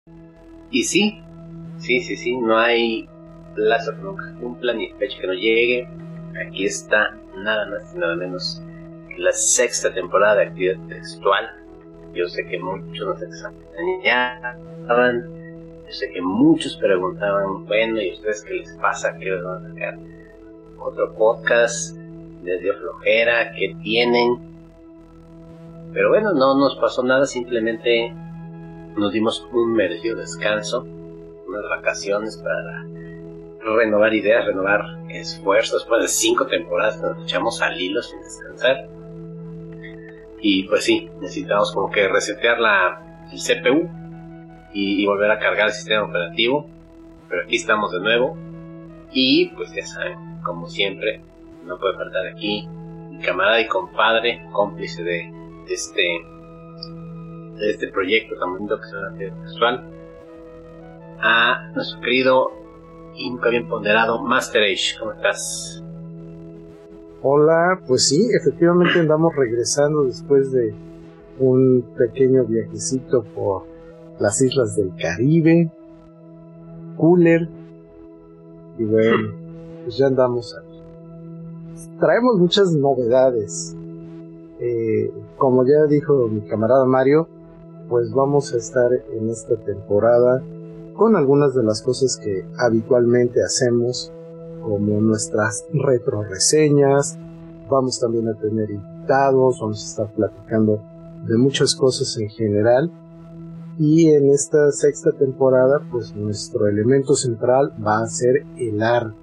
Y sí, no hay plazo que nunca cumpla ni fecha que no llegue. Aquí está nada más y nada menos que la 6ª temporada de Actividad Textual. Yo sé que muchos nos extrañaban, yo sé que muchos preguntaban, bueno, ¿y a ustedes qué les pasa? ¿Qué les van a sacar? Otro podcast, les dio flojera, ¿qué tienen? Pero bueno, no nos pasó nada, simplemente nos dimos un merecido descanso, unas vacaciones para renovar ideas, renovar esfuerzos, después de 5 temporadas que nos echamos al hilo sin descansar. Y pues sí, necesitamos como que resetear el CPU y volver a cargar el sistema operativo, pero aquí estamos de nuevo. Y pues ya saben, como siempre, no puede faltar aquí mi camarada y compadre, cómplice de este proyecto tan bonito que es la Actividad Textual, a nuestro querido y nunca bien ponderado Master Age. ¿Cómo estás? Hola, pues sí, efectivamente andamos regresando después de un pequeño viajecito por las islas del Caribe, cooler, y bueno, pues ya andamos aquí. Traemos muchas novedades. Como ya dijo mi camarada Mario, pues vamos a estar en esta temporada con algunas de las cosas que habitualmente hacemos, como nuestras retro reseñas. Vamos también a tener invitados, vamos a estar platicando de muchas cosas en general. Y en esta 6ª temporada, pues nuestro elemento central va a ser el arte.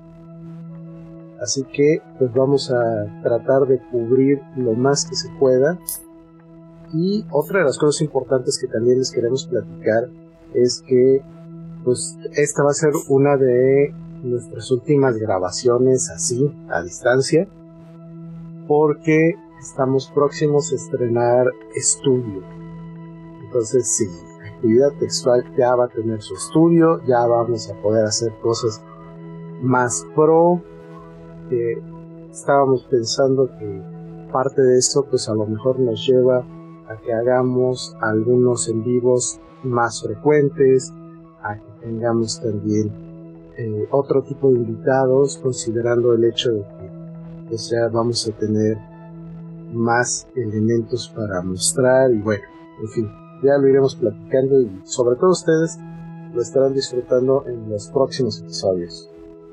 Así que pues vamos a tratar de cubrir lo más que se pueda. Y otra de las cosas importantes que también les queremos platicar es que pues esta va a ser una de nuestras últimas grabaciones así, a distancia, porque estamos próximos a estrenar estudio. Entonces sí, Actividad Textual ya va a tener su estudio, ya vamos a poder hacer cosas más pro. Estábamos pensando que parte de esto pues a lo mejor nos lleva a que hagamos algunos en vivos más frecuentes, a que tengamos también otro tipo de invitados, considerando el hecho de que pues ya vamos a tener más elementos para mostrar. Y bueno, en fin, ya lo iremos platicando y sobre todo ustedes lo estarán disfrutando en los próximos episodios.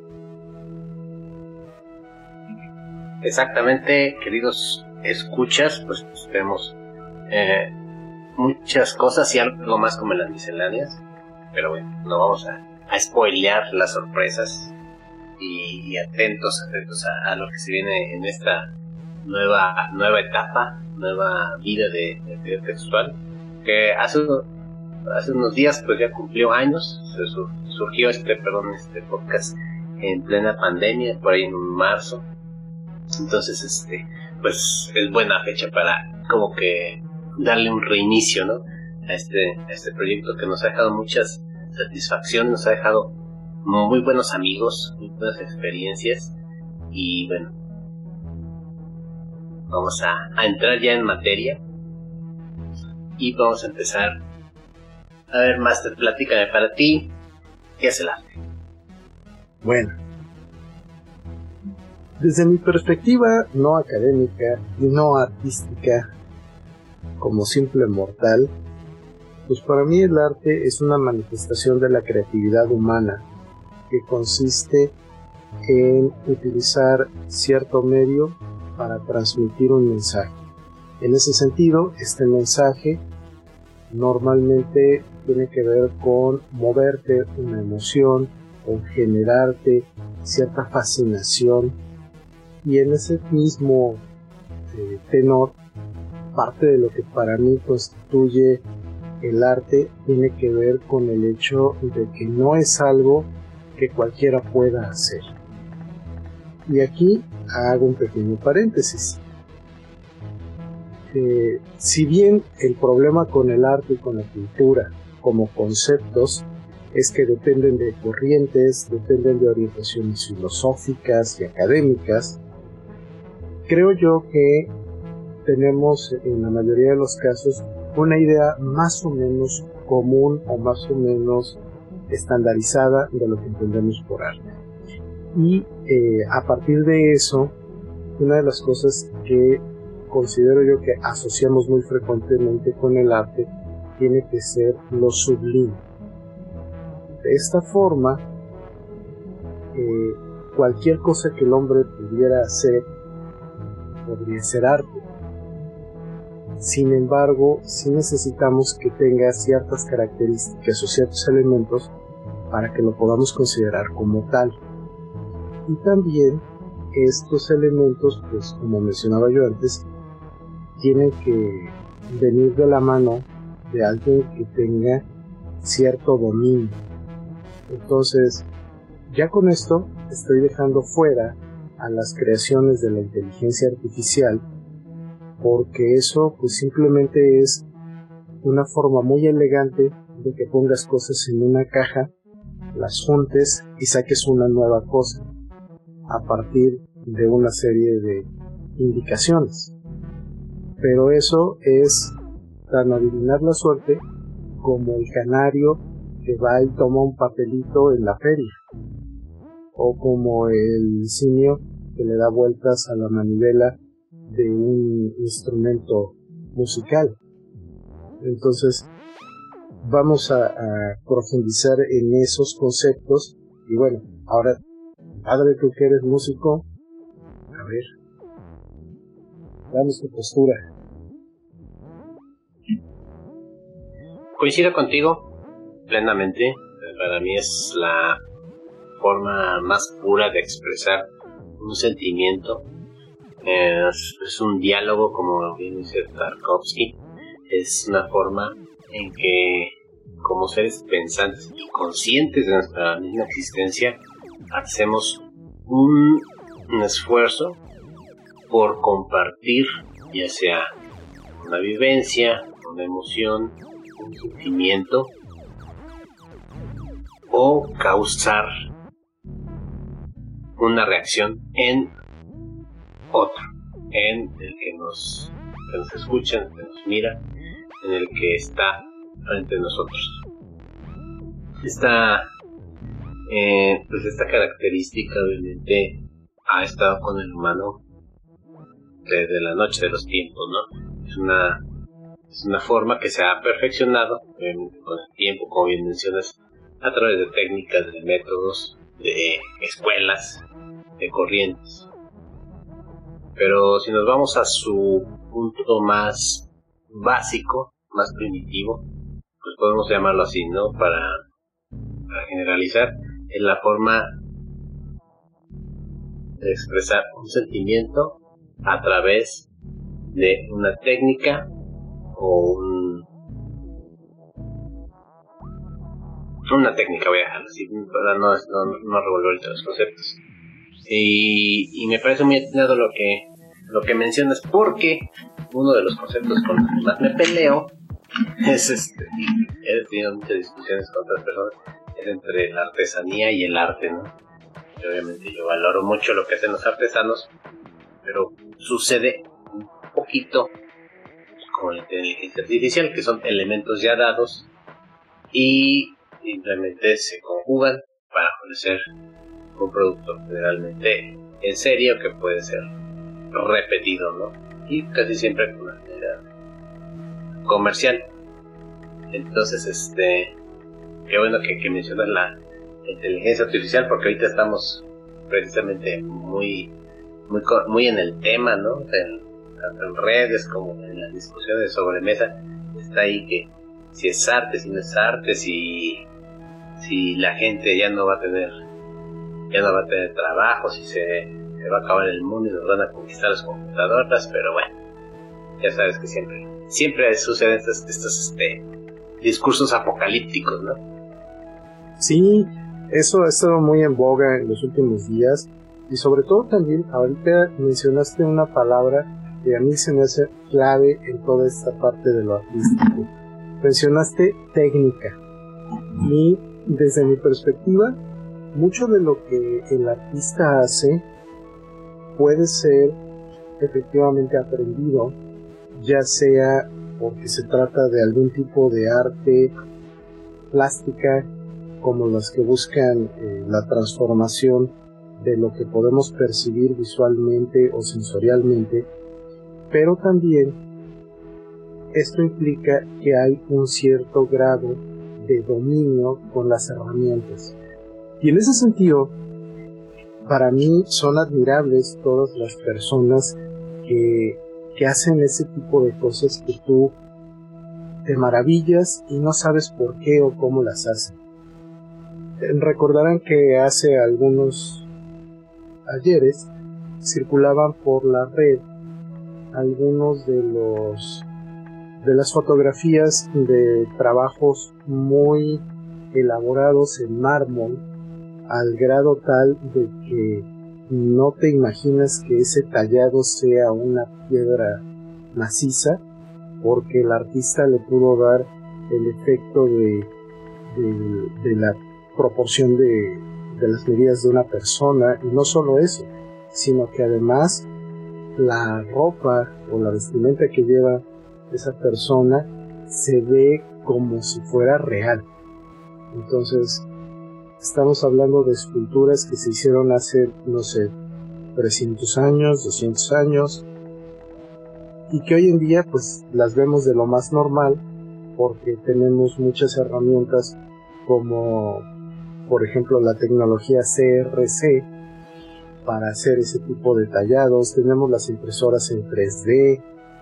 Exactamente, queridos escuchas, pues vemos muchas cosas y algo más como en las misceláneas, pero bueno, no vamos a spoilear las sorpresas y atentos a lo que se viene en esta nueva etapa, nueva vida de Actividad Textual, que hace unos días pues ya cumplió años. Surgió este podcast en plena pandemia, por ahí en marzo. Entonces pues es buena fecha para como que darle un reinicio, ¿no? a este proyecto que nos ha dejado muchas satisfacciones, nos ha dejado muy buenos amigos, muy buenas experiencias. Y bueno, vamos a entrar ya en materia y vamos a empezar. A ver, Master, platícame, para ti, ¿qué es el arte? Bueno, desde mi perspectiva no académica y no artística, como simple mortal, pues para mí el arte es una manifestación de la creatividad humana que consiste en utilizar cierto medio para transmitir un mensaje. En ese sentido, este mensaje normalmente tiene que ver con moverte una emoción, con generarte cierta fascinación, y en ese mismo tenor, parte de lo que para mí constituye el arte tiene que ver con el hecho de que no es algo que cualquiera pueda hacer. Y aquí hago un pequeño paréntesis. Si bien el problema con el arte y con la cultura como conceptos es que dependen de corrientes, dependen de orientaciones filosóficas y académicas, creo yo que tenemos en la mayoría de los casos una idea más o menos común o más o menos estandarizada de lo que entendemos por arte. Y a partir de eso, una de las cosas que considero yo que asociamos muy frecuentemente con el arte tiene que ser lo sublime. De esta forma, cualquier cosa que el hombre pudiera hacer podría ser arte. Sin embargo, sí necesitamos que tenga ciertas características o ciertos elementos para que lo podamos considerar como tal. Y también estos elementos, pues como mencionaba yo antes, tienen que venir de la mano de alguien que tenga cierto dominio. Entonces, ya con esto estoy dejando fuera a las creaciones de la inteligencia artificial, porque eso pues simplemente es una forma muy elegante de que pongas cosas en una caja, las juntes y saques una nueva cosa a partir de una serie de indicaciones. Pero eso es tan adivinar la suerte como el canario que va y toma un papelito en la feria, o como el simio que le da vueltas a la manivela de un instrumento musical. Entonces vamos a profundizar en esos conceptos. Y bueno, ahora, padre, tú que eres músico, a ver, dame tu postura. Coincido contigo plenamente. Para mí es la forma más pura de expresar un sentimiento. Es un diálogo, como bien dice Tarkovsky. Es una forma en que, como seres pensantes y conscientes de nuestra misma existencia, hacemos un esfuerzo por compartir, ya sea una vivencia, una emoción, un sentimiento, o causar una reacción en otro, en el que nos escucha, en el que nos mira, en el que está frente a nosotros. Esta característica obviamente ha estado con el humano desde la noche de los tiempos, ¿no? Es una forma que se ha perfeccionado obviamente con el tiempo, como bien mencionas, a través de técnicas, de métodos, de escuelas, de corrientes. Pero si nos vamos a su punto más básico, más primitivo, pues podemos llamarlo así, ¿no? Para generalizar, es la forma de expresar un sentimiento a través de una técnica o una técnica, voy a dejarlo así para no revolver los conceptos. Y me parece muy atinado lo que mencionas, porque uno de los conceptos con los que más me peleo es y he tenido muchas discusiones con otras personas, es entre la artesanía y el arte, ¿no? Y obviamente yo valoro mucho lo que hacen los artesanos, pero sucede un poquito con la inteligencia artificial, que son elementos ya dados y simplemente se conjugan para ofrecer un producto generalmente en serio que puede ser repetido, ¿no? Y casi siempre con una manera comercial. Entonces, qué bueno que mencionas la inteligencia artificial, porque ahorita estamos precisamente muy en el tema, ¿no? Tanto en redes como en las discusiones de sobremesa está ahí que si es arte, si no es arte, si la gente ya no va a tener trabajo, si se va a acabar el mundo y nos van a conquistar las computadoras. Pero bueno, ya sabes que siempre suceden estos discursos apocalípticos, ¿no? Sí, eso ha estado muy en boga en los últimos días, y sobre todo también ahorita mencionaste una palabra que a mí se me hace clave en toda esta parte de lo artístico. Mencionaste técnica, y desde mi perspectiva, mucho de lo que el artista hace puede ser efectivamente aprendido, ya sea porque se trata de algún tipo de arte plástica, como las que buscan la transformación de lo que podemos percibir visualmente o sensorialmente, pero también esto implica que hay un cierto grado de dominio con las herramientas. Y en ese sentido, para mí son admirables todas las personas que hacen ese tipo de cosas que tú te maravillas y no sabes por qué o cómo las hacen. Recordarán que hace algunos ayeres circulaban por la red algunos de las fotografías de trabajos muy elaborados en mármol, al grado tal de que no te imaginas que ese tallado sea una piedra maciza, porque el artista le pudo dar el efecto de la proporción de las medidas de una persona, y no solo eso, sino que además la ropa o la vestimenta que lleva esa persona se ve como si fuera real. Entonces estamos hablando de esculturas que se hicieron hace, no sé, 300 años, 200 años, y que hoy en día pues las vemos de lo más normal, porque tenemos muchas herramientas como por ejemplo la tecnología CRC para hacer ese tipo de tallados, tenemos las impresoras en 3D,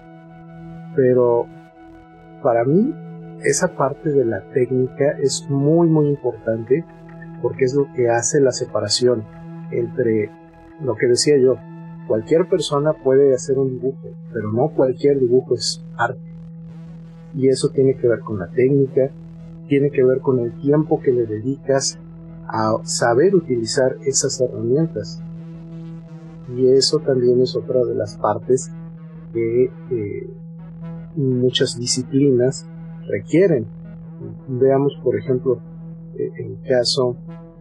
pero para mí esa parte de la técnica es muy muy importante, porque es lo que hace la separación entre lo que decía yo. Cualquier persona puede hacer un dibujo, pero no cualquier dibujo es arte. Y eso tiene que ver con la técnica, tiene que ver con el tiempo que le dedicas a saber utilizar esas herramientas. Y eso también es otra de las partes que muchas disciplinas requieren. Veamos, por ejemplo, el caso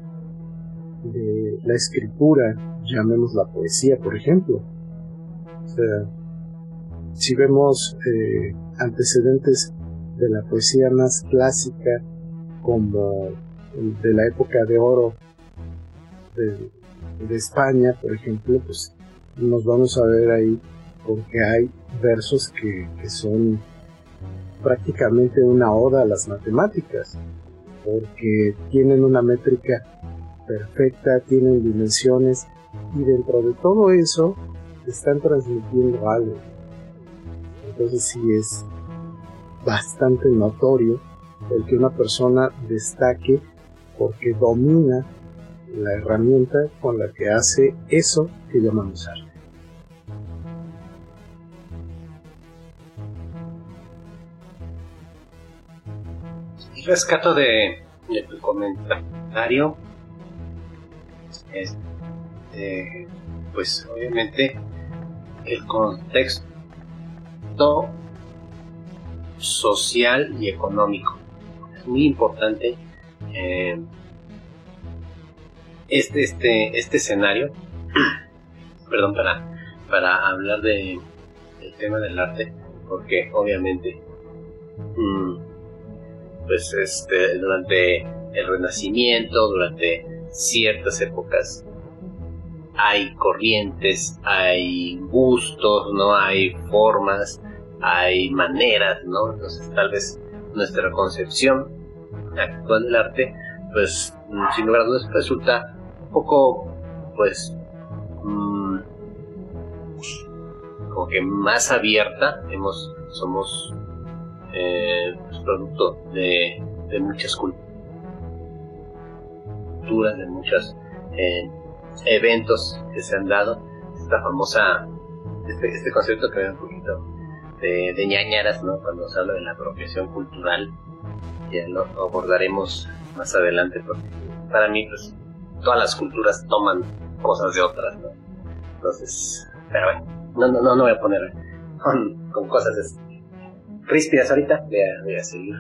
de la escritura, llamemos la poesía, por ejemplo. O sea, si vemos antecedentes de la poesía más clásica, como de la época de oro de España, por ejemplo, pues nos vamos a ver ahí con que hay versos que son prácticamente una oda a las matemáticas, porque tienen una métrica perfecta, tienen dimensiones, y dentro de todo eso están transmitiendo algo. Entonces sí es bastante notorio el que una persona destaque porque domina la herramienta con la que hace eso que llamamos arte. Rescato de tu comentario, pues obviamente el contexto social y económico es muy importante. Este escenario, perdón, para hablar del tema del arte, porque obviamente pues durante el Renacimiento, durante ciertas épocas, hay corrientes, hay gustos, ¿no? Hay formas, hay maneras, ¿no? Entonces tal vez nuestra concepción actual del arte, pues sin lugar a dudas resulta un poco, pues como que más abierta. Somos pues, producto de muchas culturas, de muchos eventos que se han dado. Esta famosa, este concepto que ve un poquito de ñañaras, ¿no? Cuando se habla de la apropiación cultural, ya lo abordaremos más adelante, porque para mí pues todas las culturas toman cosas de otras, ¿no? Entonces, pero bueno, no voy a poner con cosas ríspidas ahorita, voy a seguir.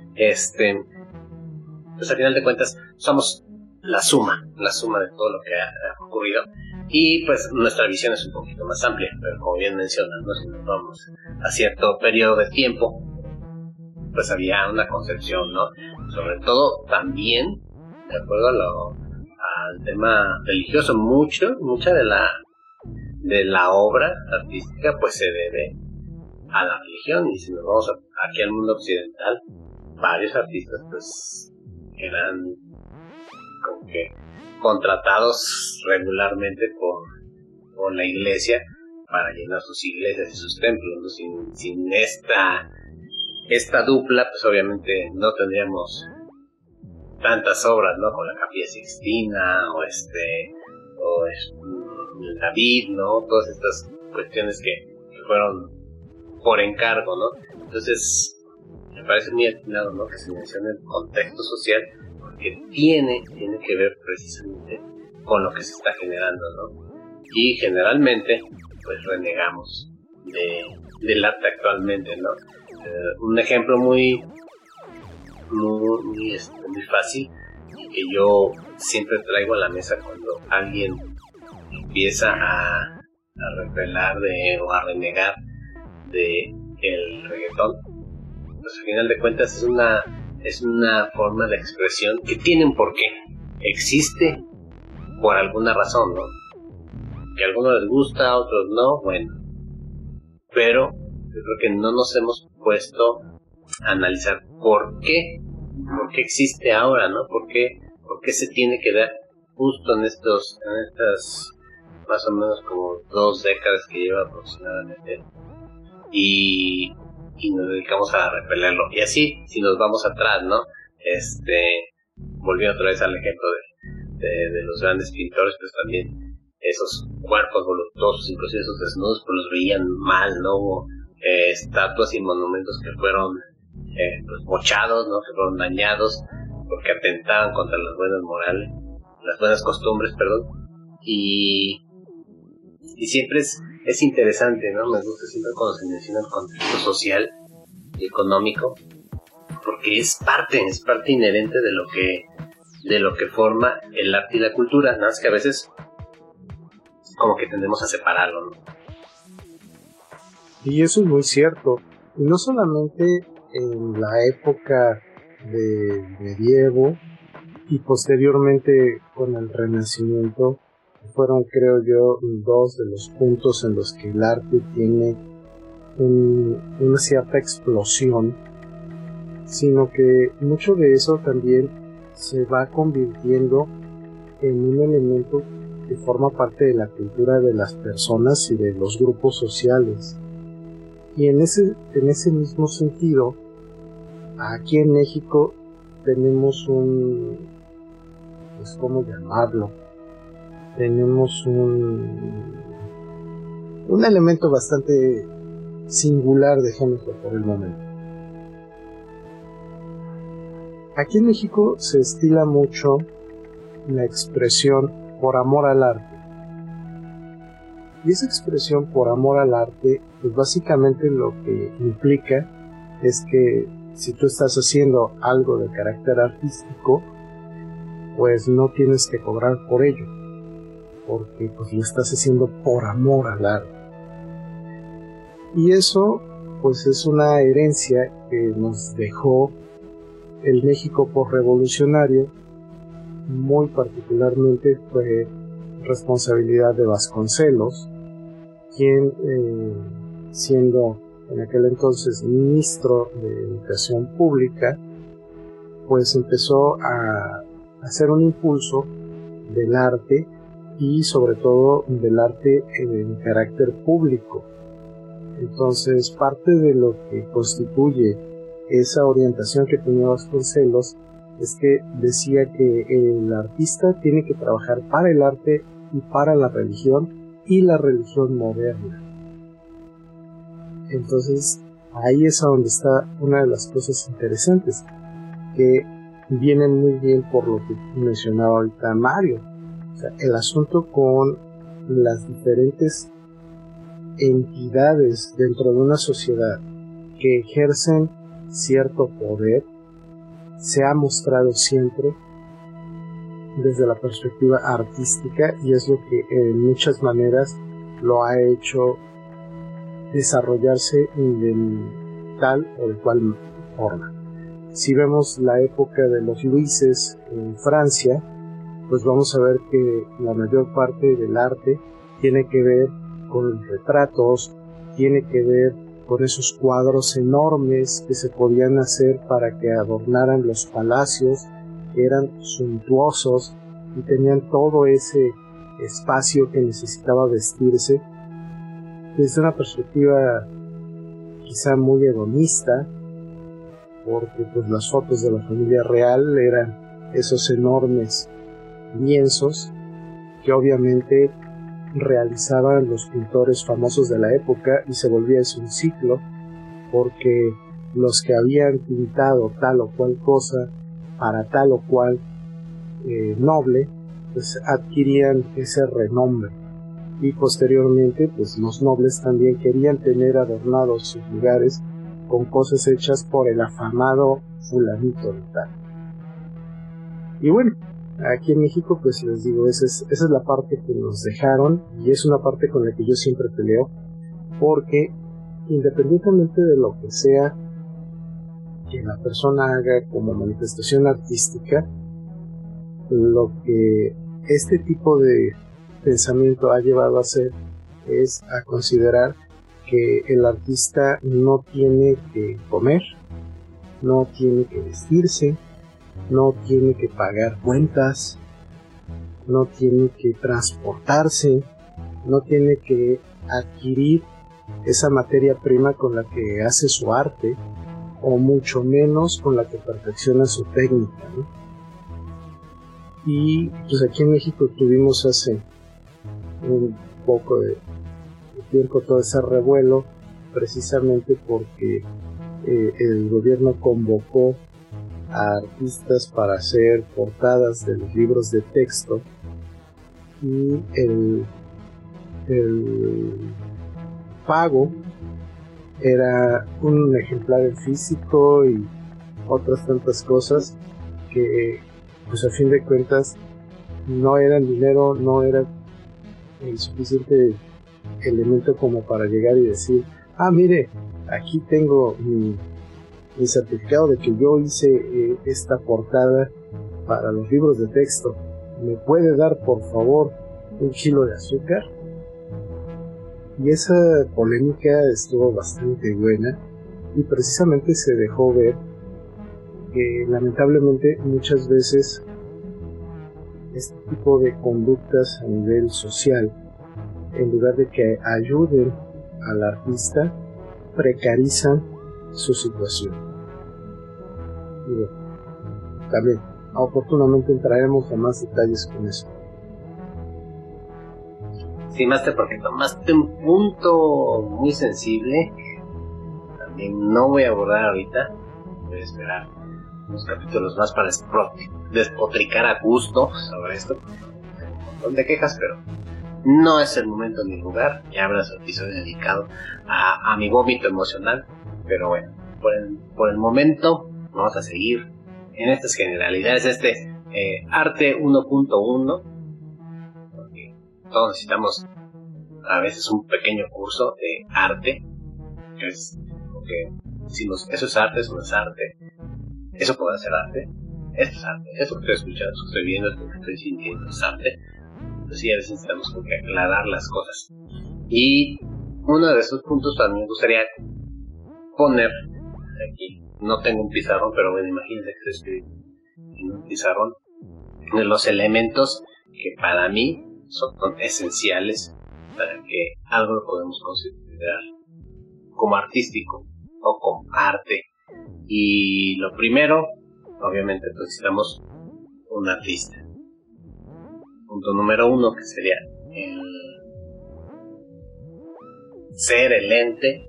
Pues al final de cuentas somos la suma de todo lo que ha ocurrido, y pues nuestra visión es un poquito más amplia, pero como bien mencionas, ¿no? Si nos vamos a cierto periodo de tiempo, pues había una concepción, ¿no? sobre todo también, de acuerdo al tema religioso, mucha de la obra artística pues se debe a la religión. Y si nos vamos aquí al mundo occidental, varios artistas pues eran como que contratados regularmente por la iglesia para llenar sus iglesias y sus templos, ¿no? Sin esta dupla pues obviamente no tendríamos tantas obras, ¿no? Como la Capilla Sixtina o David, ¿no? Todas estas cuestiones que fueron por encargo, ¿no? Entonces me parece muy atinado, ¿no? Que se mencione el contexto social, porque tiene que ver precisamente con lo que se está generando, ¿no? Y generalmente pues renegamos del arte actualmente, ¿no? Un ejemplo muy fácil y que yo siempre traigo a la mesa cuando alguien empieza a repelar o a renegar de el reggaetón, pues al final de cuentas es una forma de expresión que tiene un porqué, existe por alguna razón, ¿no? Que a algunos les gusta, a otros no, bueno, pero yo creo que no nos hemos puesto a analizar por qué existe ahora, ¿no? ¿Por qué se tiene que dar justo en estas más o menos como 2 décadas que lleva aproximadamente, y nos dedicamos a repelerlo? Y así, si nos vamos atrás, ¿no? Volviendo otra vez al ejemplo de los grandes pintores, pues también esos cuerpos voluptuosos, inclusive esos desnudos, pues los veían mal, ¿no? Hubo estatuas y monumentos que fueron pues mochados, ¿no? Que fueron dañados porque atentaban contra las buenas costumbres, perdón. Y siempre es interesante, ¿no? Me gusta siempre cuando se menciona el contexto social y económico, porque es parte inherente de lo que forma el arte y la cultura, nada más que a veces como que tendemos a separarlo, ¿no? Y eso es muy cierto, y no solamente en la época del medievo y posteriormente con el Renacimiento, fueron, creo yo, 2 de los puntos en los que el arte tiene una cierta explosión, sino que mucho de eso también se va convirtiendo en un elemento que forma parte de la cultura de las personas y de los grupos sociales. Y en ese mismo sentido, aquí en México tenemos pues, ¿cómo llamarlo? Tenemos un elemento bastante singular, dejémoslo por el momento. Aquí en México se estila mucho la expresión por amor al arte. Y esa expresión por amor al arte, pues básicamente lo que implica es que si tú estás haciendo algo de carácter artístico, pues no tienes que cobrar por ello, porque pues lo estás haciendo por amor al arte. Y eso pues es una herencia que nos dejó el México posrevolucionario. Muy particularmente fue responsabilidad de Vasconcelos, quien siendo en aquel entonces ministro de Educación Pública, pues empezó a hacer un impulso del arte y sobre todo del arte en carácter público. Entonces, parte de lo que constituye esa orientación que tenía Vasconcelos es que decía que el artista tiene que trabajar para el arte y para la religión y la religión moderna. Entonces, ahí es a donde está una de las cosas interesantes, que vienen muy bien por lo que mencionaba ahorita Mario. O sea, el asunto con las diferentes entidades dentro de una sociedad que ejercen cierto poder se ha mostrado siempre desde la perspectiva artística, y es lo que en muchas maneras lo ha hecho desarrollarse de tal o de cual forma. Si vemos la época de los Luises en Francia, pues vamos a ver que la mayor parte del arte tiene que ver con retratos, tiene que ver con esos cuadros enormes que se podían hacer para que adornaran los palacios, que eran suntuosos y tenían todo ese espacio que necesitaba vestirse desde una perspectiva quizá muy hedonista, porque pues las fotos de la familia real eran esos enormes lienzos que obviamente realizaban los pintores famosos de la época, y se volvía eso un ciclo, porque los que habían pintado tal o cual cosa para tal o cual noble, pues adquirían ese renombre, y posteriormente pues los nobles también querían tener adornados sus lugares con cosas hechas por el afamado fulanito de tal. Y bueno, aquí en México, pues les digo, esa es la parte que nos dejaron, y es una parte con la que yo siempre peleo, porque independientemente de lo que sea que la persona haga como manifestación artística, lo que este tipo de pensamiento ha llevado a hacer es a considerar que el artista no tiene que comer, no tiene que vestirse, no tiene que pagar cuentas, no tiene que transportarse, no tiene que adquirir esa materia prima con la que hace su arte, o mucho menos con la que perfecciona su técnica, ¿no? Y pues aquí en México tuvimos hace un poco de tiempo todo ese revuelo, precisamente porque el gobierno convocó a artistas para hacer portadas de los libros de texto, y el pago era un ejemplar en físico y otras tantas cosas que pues a fin de cuentas no eran dinero, no era el suficiente elemento como para llegar y decir: ah, mire, aquí tengo mi certificado de que yo hice esta portada para los libros de texto, ¿me puede dar por favor un kilo de azúcar? Y esa polémica estuvo bastante buena, y precisamente se dejó ver que lamentablemente muchas veces este tipo de conductas a nivel social, en lugar de que ayuden al artista, precarizan su situación. Y bueno, también oportunamente entraremos a más detalles con eso. Sí, Master, porque tomaste un punto muy sensible. También no voy a abordar ahorita, voy a esperar unos capítulos más para despotricar a gusto sobre esto. Hay un montón de quejas, pero no es el momento ni el lugar. Ya habrá su episodio dedicado a mi vómito emocional. Pero bueno, por el momento vamos a seguir en estas generalidades, arte 1.1, porque todos necesitamos a veces un pequeño curso de arte. Porque decimos, eso es arte, eso no es arte, eso puede ser arte, esto es arte, esto que estoy escuchando, esto que estoy viendo, esto que estoy sintiendo es arte. Entonces sí, a veces necesitamos como que aclarar las cosas. Y uno de esos puntos también me gustaría poner aquí, no tengo un pizarrón, pero bueno, imagínense que estoy en un pizarrón, de los elementos que para mí son esenciales para que algo lo podemos considerar como artístico o como arte. Y lo primero, obviamente, necesitamos un artista. Punto número 1, que sería el ser el ente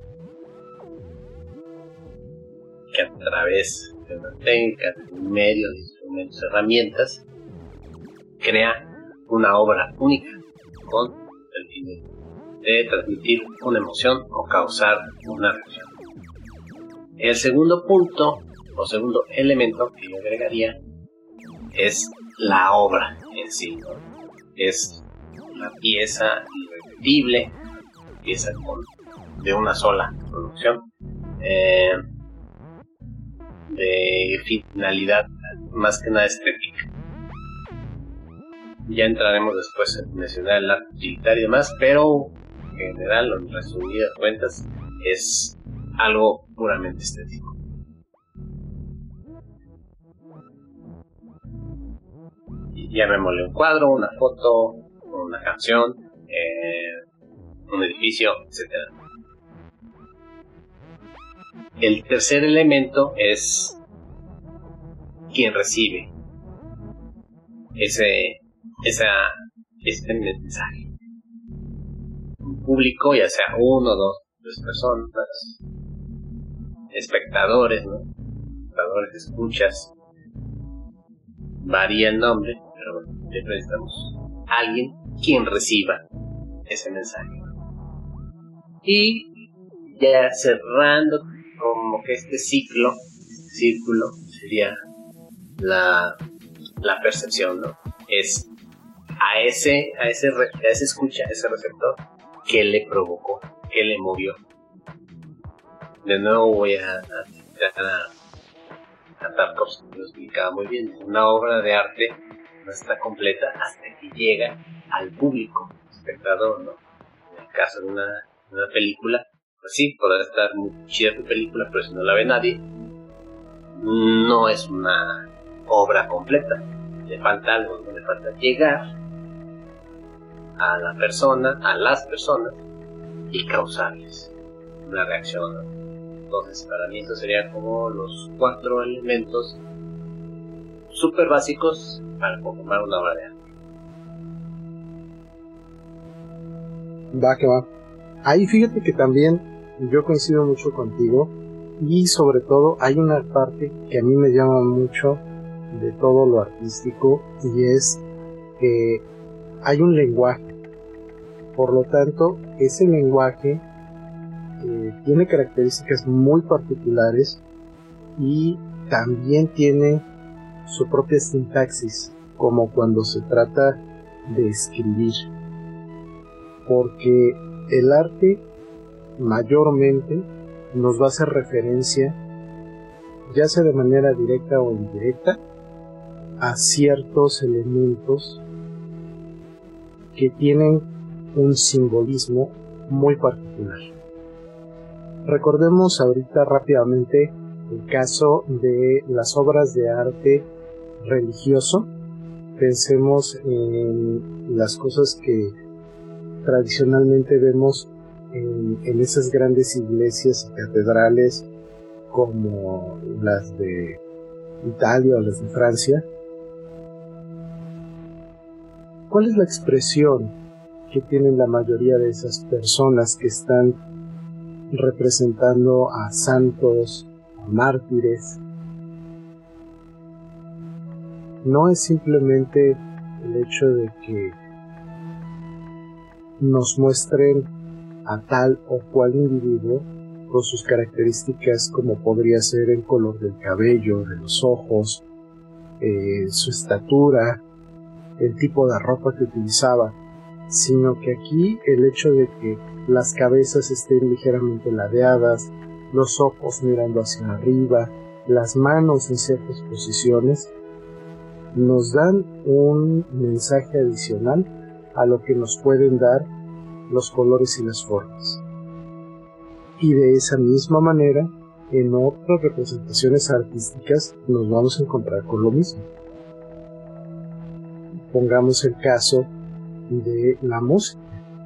que a través de una técnica, de un medio, de instrumentos, herramientas, crea una obra única con el fin de transmitir una emoción o causar una reacción. El segundo punto o segundo elemento que yo agregaría es la obra en sí, ¿no? Es una pieza irrepetible, pieza de una sola producción, de finalidad más que nada estética. Ya entraremos después en mencionar el arte utilitario y demás, pero en general, en resumidas cuentas, es algo puramente estético. Llamémosle un cuadro, una foto, una canción, un edificio, etc. El tercer elemento es quien recibe este mensaje. Un público, ya sea uno, dos, tres personas, espectadores, ¿no? Espectadores, escuchas, varía el nombre, pero bueno, siempre necesitamos alguien quien reciba ese mensaje. Y ya cerrando como que este círculo sería la percepción, ¿no? Es a ese escucha, a ese receptor, ¿qué le provocó? ¿Qué le movió? De nuevo voy a Tarkovsky lo explicaba muy bien. Una obra de arte no está completa hasta que llega al público, espectador, ¿no? En el caso de una película, pues sí, podrá estar muy chida tu película, pero si no la ve nadie, no es una obra completa. Le falta algo, ¿no? Le falta llegar a la persona, a las personas, y causarles una reacción, ¿no? Entonces, para mí, estos serían como los 4 elementos súper básicos para conformar una obra de arte. Va que va. Ahí fíjate que también yo coincido mucho contigo, y sobre todo hay una parte que a mí me llama mucho de todo lo artístico, y es que hay un lenguaje. Por lo tanto, ese lenguaje tiene características muy particulares y también tiene su propia sintaxis, como cuando se trata de escribir, porque el arte mayormente nos va a hacer referencia, ya sea de manera directa o indirecta, a ciertos elementos que tienen un simbolismo muy particular. Recordemos ahorita rápidamente el caso de las obras de arte religioso. Pensemos en las cosas que tradicionalmente vemos en esas grandes iglesias y catedrales como las de Italia o las de Francia. ¿Cuál es la expresión que tienen la mayoría de esas personas que están representando a santos, a mártires? No es simplemente el hecho de que nos muestren a tal o cual individuo con sus características, como podría ser el color del cabello, de los ojos, su estatura, el tipo de ropa que utilizaba, sino que aquí el hecho de que las cabezas estén ligeramente ladeadas, los ojos mirando hacia arriba, las manos en ciertas posiciones, nos dan un mensaje adicional a lo que nos pueden dar los colores y las formas. Y de esa misma manera, en otras representaciones artísticas nos vamos a encontrar con lo mismo. Pongamos el caso de la música.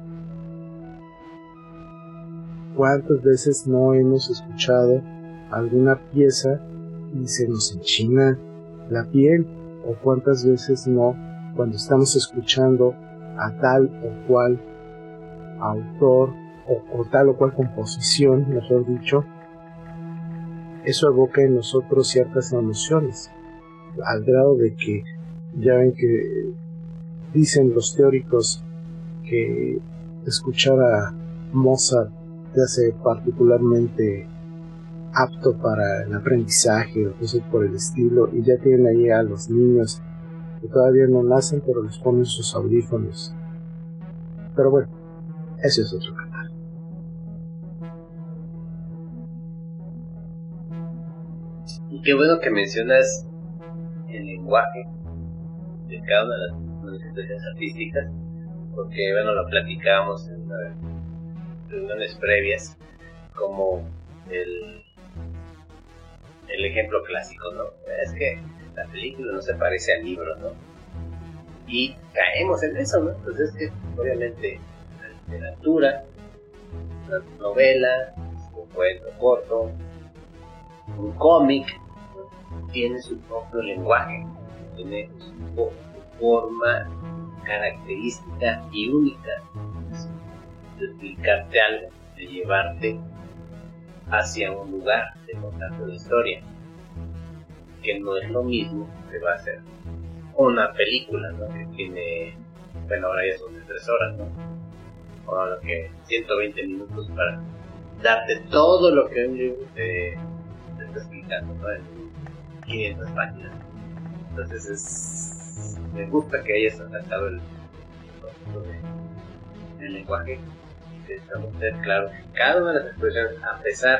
¿Cuántas veces no hemos escuchado alguna pieza y se nos enchina la piel? ¿O cuántas veces no, cuando estamos escuchando a tal o cual autor o tal o cual composición, mejor dicho, eso evoca en nosotros ciertas emociones, al grado de que ya ven que dicen los teóricos que escuchar a Mozart te hace particularmente apto para el aprendizaje o cosas por el estilo, y ya tienen ahí a los niños que todavía no nacen pero les ponen sus audífonos. Pero bueno, eso es otro canal. qué bueno que mencionas el lenguaje de cada una de las manifestaciones artísticas, porque bueno, lo platicábamos en reuniones previas como el ejemplo clásico, ¿no? Es que la película no se parece al libro, ¿no? Y caemos en eso, ¿no? Entonces es que obviamente la literatura, una novela, un cuento corto, un cómic, ¿no? Tiene su propio lenguaje, tiene su forma característica y única de explicarte algo, de llevarte hacia un lugar, de contarte una historia, que no es lo mismo que va a ser una película, ¿no? Que tiene, bueno, ahora ya son de 3 horas, ¿no? O lo que 120 minutos para darte todo lo que un libro te está explicando, ¿no? En 500 páginas. Entonces me gusta que hayas tratado el lenguaje, de establecer claro que cada una de las expresiones, a pesar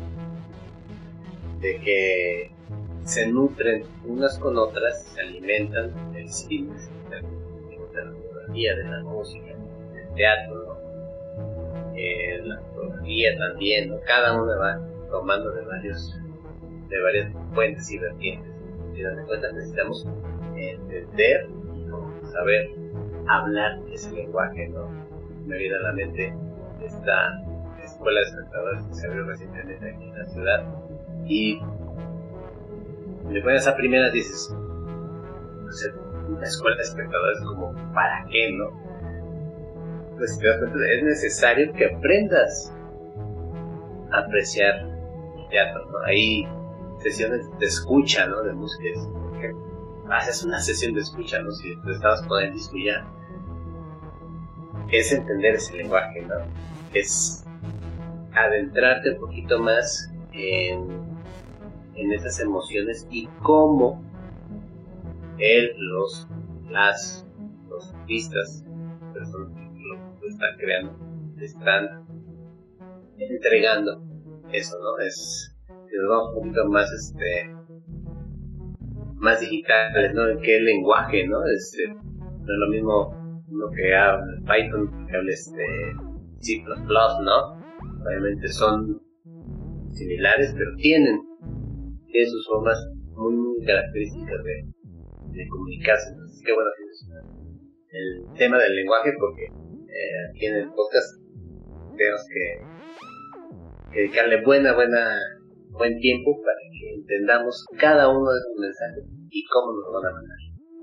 de que se nutren unas con otras, se alimentan del cine, de la fotografía, de la música, del teatro, ¿no? La fotografía también, ¿no? Cada una va tomando de varias fuentes y vertientes. Y de cuenta necesitamos entender y saber hablar ese lenguaje, ¿no? Me viene a la mente esta escuela de espectadores que se abrió recientemente aquí en la ciudad, y me pones a primeras, dices, no sé, una escuela de espectadores, como ¿para qué, no? Pues si te das cuenta, es necesario que aprendas a apreciar el teatro, ¿no? Hay sesiones de escucha, ¿no? De música, que haces una sesión de escucha, ¿no? Si te estabas poniendo disco ya, es entender ese lenguaje, ¿no? Es adentrarte un poquito más en esas emociones y cómo los artistas, personas que lo están creando, están entregando eso, ¿no? Si nos vamos un poquito más digitales, ¿no? ¿En qué lenguaje, no? No es lo mismo uno que habla Python que hable C++, ¿no? Obviamente son similares, pero tienen sus formas muy, muy características de comunicarse. Entonces, qué bueno que el tema del lenguaje, porque aquí en el podcast tenemos que dedicarle buen tiempo para que entendamos cada uno de esos mensajes y cómo nos van a mandar.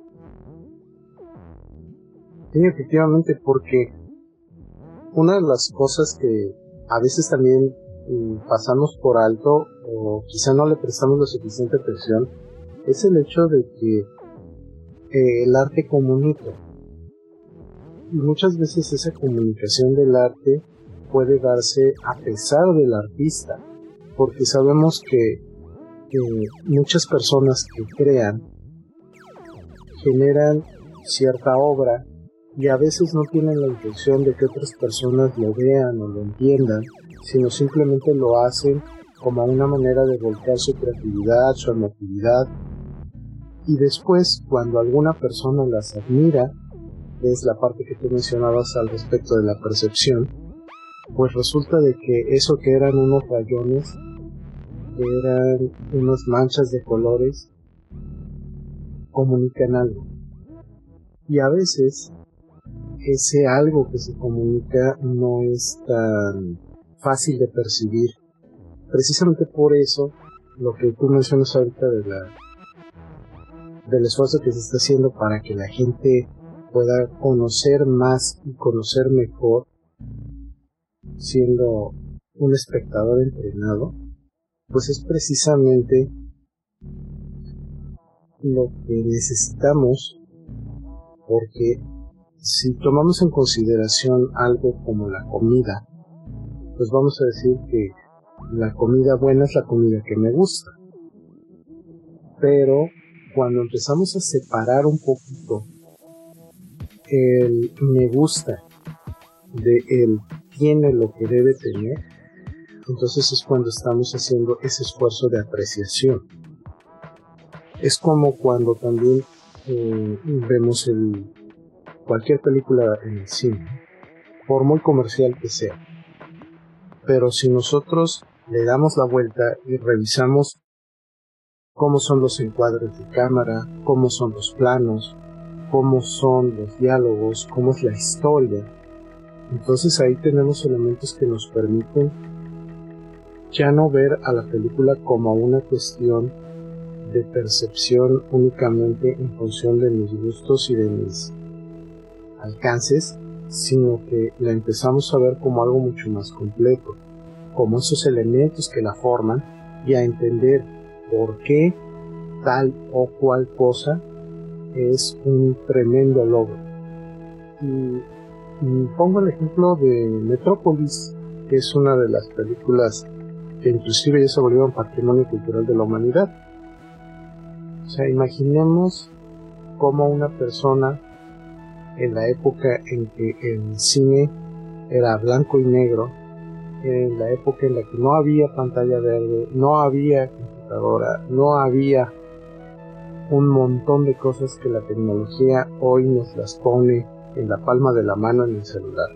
Sí, efectivamente, porque una de las cosas que a veces también pasamos por alto, o quizá no le prestamos la suficiente atención, es el hecho de que el arte comunica, y muchas veces esa comunicación del arte puede darse a pesar del artista, porque sabemos que muchas personas que crean generan cierta obra y a veces no tienen la intención de que otras personas lo vean o lo entiendan, sino simplemente lo hacen como una manera de volcar su creatividad, su emotividad, y después, cuando alguna persona las admira, que es la parte que tú mencionabas al respecto de la percepción, pues resulta de que eso que eran unos rayones, que eran unas manchas de colores, comunican algo. Y a veces ese algo que se comunica no es tan fácil de percibir. Precisamente por eso, lo que tú mencionas ahorita del esfuerzo que se está haciendo para que la gente pueda conocer más y conocer mejor, siendo un espectador entrenado, pues es precisamente lo que necesitamos, porque si tomamos en consideración algo como la comida, pues vamos a decir que la comida buena es la comida que me gusta. Pero cuando empezamos a separar un poquito el me gusta de el tiene lo que debe tener, entonces es cuando estamos haciendo ese esfuerzo de apreciación. Es como cuando también vemos cualquier película en el cine, por muy comercial que sea. Pero si nosotros le damos la vuelta y revisamos cómo son los encuadres de cámara, cómo son los planos, cómo son los diálogos, cómo es la historia, entonces ahí tenemos elementos que nos permiten ya no ver a la película como una cuestión de percepción únicamente en función de mis gustos y de mis alcances, sino que la empezamos a ver como algo mucho más completo, como esos elementos que la forman, y a entender por qué tal o cual cosa es un tremendo logro. Y pongo el ejemplo de Metrópolis, que es una de las películas que inclusive ya se volvieron patrimonio cultural de la humanidad. O sea, imaginemos cómo una persona en la época en que el cine era blanco y negro, en la época en la que no había pantalla verde, no había computadora, no había un montón de cosas que la tecnología hoy nos las pone en la palma de la mano en el celular.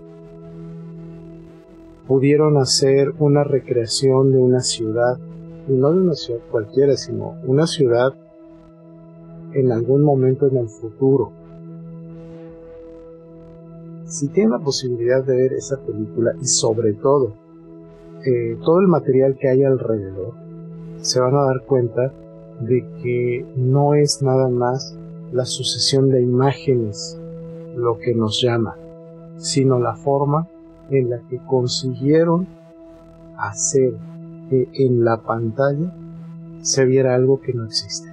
Pudieron hacer una recreación de una ciudad, y no de una ciudad cualquiera, sino una ciudad en algún momento en el futuro. Si tienen la posibilidad de ver esa película y sobre todo todo el material que hay alrededor, se van a dar cuenta de que no es nada más la sucesión de imágenes lo que nos llama, sino la forma en la que consiguieron hacer que en la pantalla se viera algo que no existe.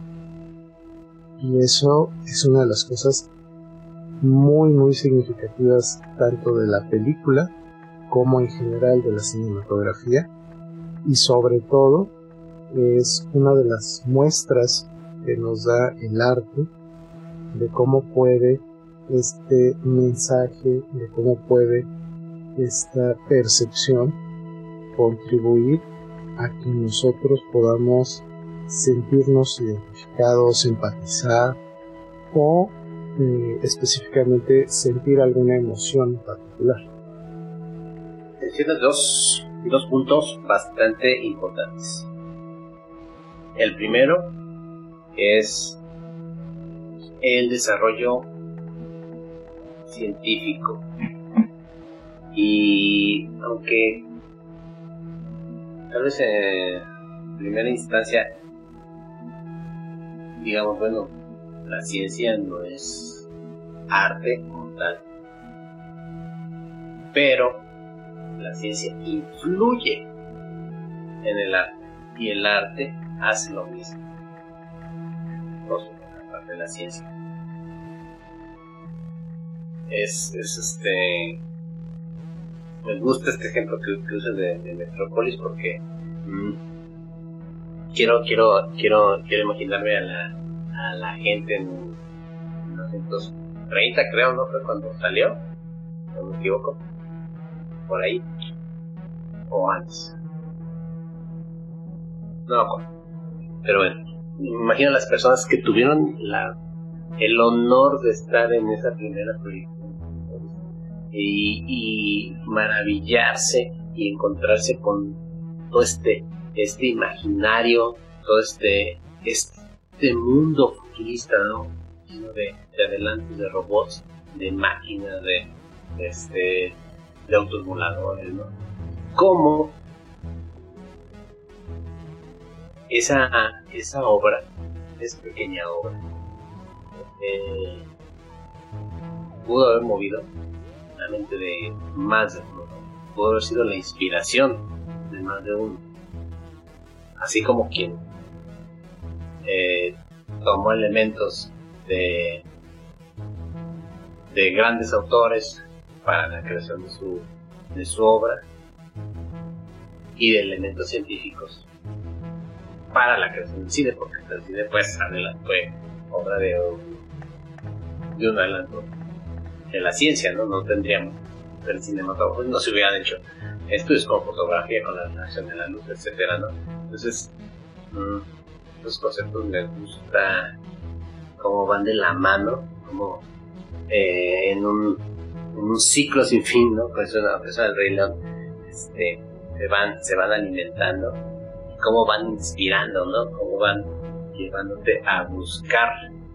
Y eso es una de las cosas muy muy significativas tanto de la película como en general de la cinematografía, y sobre todo es una de las muestras que nos da el arte de cómo puede este mensaje, de cómo puede esta percepción contribuir a que nosotros podamos sentirnos identificados, empatizar o específicamente sentir alguna emoción en particular. Mencionas dos puntos bastante importantes. El primero es el desarrollo científico, y aunque tal vez en primera instancia digamos, bueno, la ciencia no es arte como tal, pero la ciencia influye en el arte, y el arte hace lo mismo, por parte de la ciencia. Me gusta este ejemplo que usas de Metrópolis, porque quiero imaginarme a la gente en 1930, creo, ¿no? Fue cuando salió, no me equivoco, por ahí, o antes, no, pero bueno, me imagino a las personas que tuvieron el honor de estar en esa primera película y maravillarse y encontrarse con todo este imaginario, todo este mundo futurista, ¿no? Lleno de adelantos, de robots, de máquinas, de autos voladores, ¿no? Cómo esa obra, esa pequeña obra, pudo haber movido la mente de más de uno, pudo haber sido la inspiración de más de uno, así como quien tomó elementos de grandes autores para la creación de su obra, y de elementos científicos para la creación del cine, porque el cine fue obra de un adelanto de la ciencia, no tendríamos el cinematógrafo, no se hubieran hecho estudios con fotografía, con la relación de la luz, etcétera, ¿no? Entonces estos conceptos me gusta cómo van de la mano, como en un ciclo sin fin, ¿no? Pues una persona del Rey León, se van alimentando, y cómo van inspirando, ¿no? Cómo van llevándote a buscar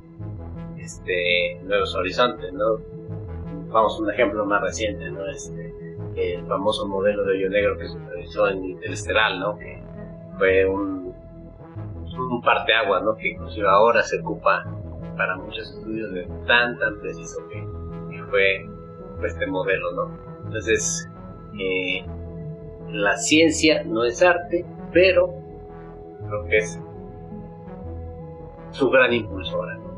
nuevos horizontes, ¿no? Vamos, un ejemplo más reciente, ¿no? El famoso modelo de hoyo negro que se realizó en Interestelar, ¿no? Que fue un parteaguas, ¿no? Que inclusive ahora se ocupa para muchos estudios de tan preciso que fue este modelo, ¿no? Entonces, la ciencia no es arte, pero creo que es su gran impulsora, ¿no?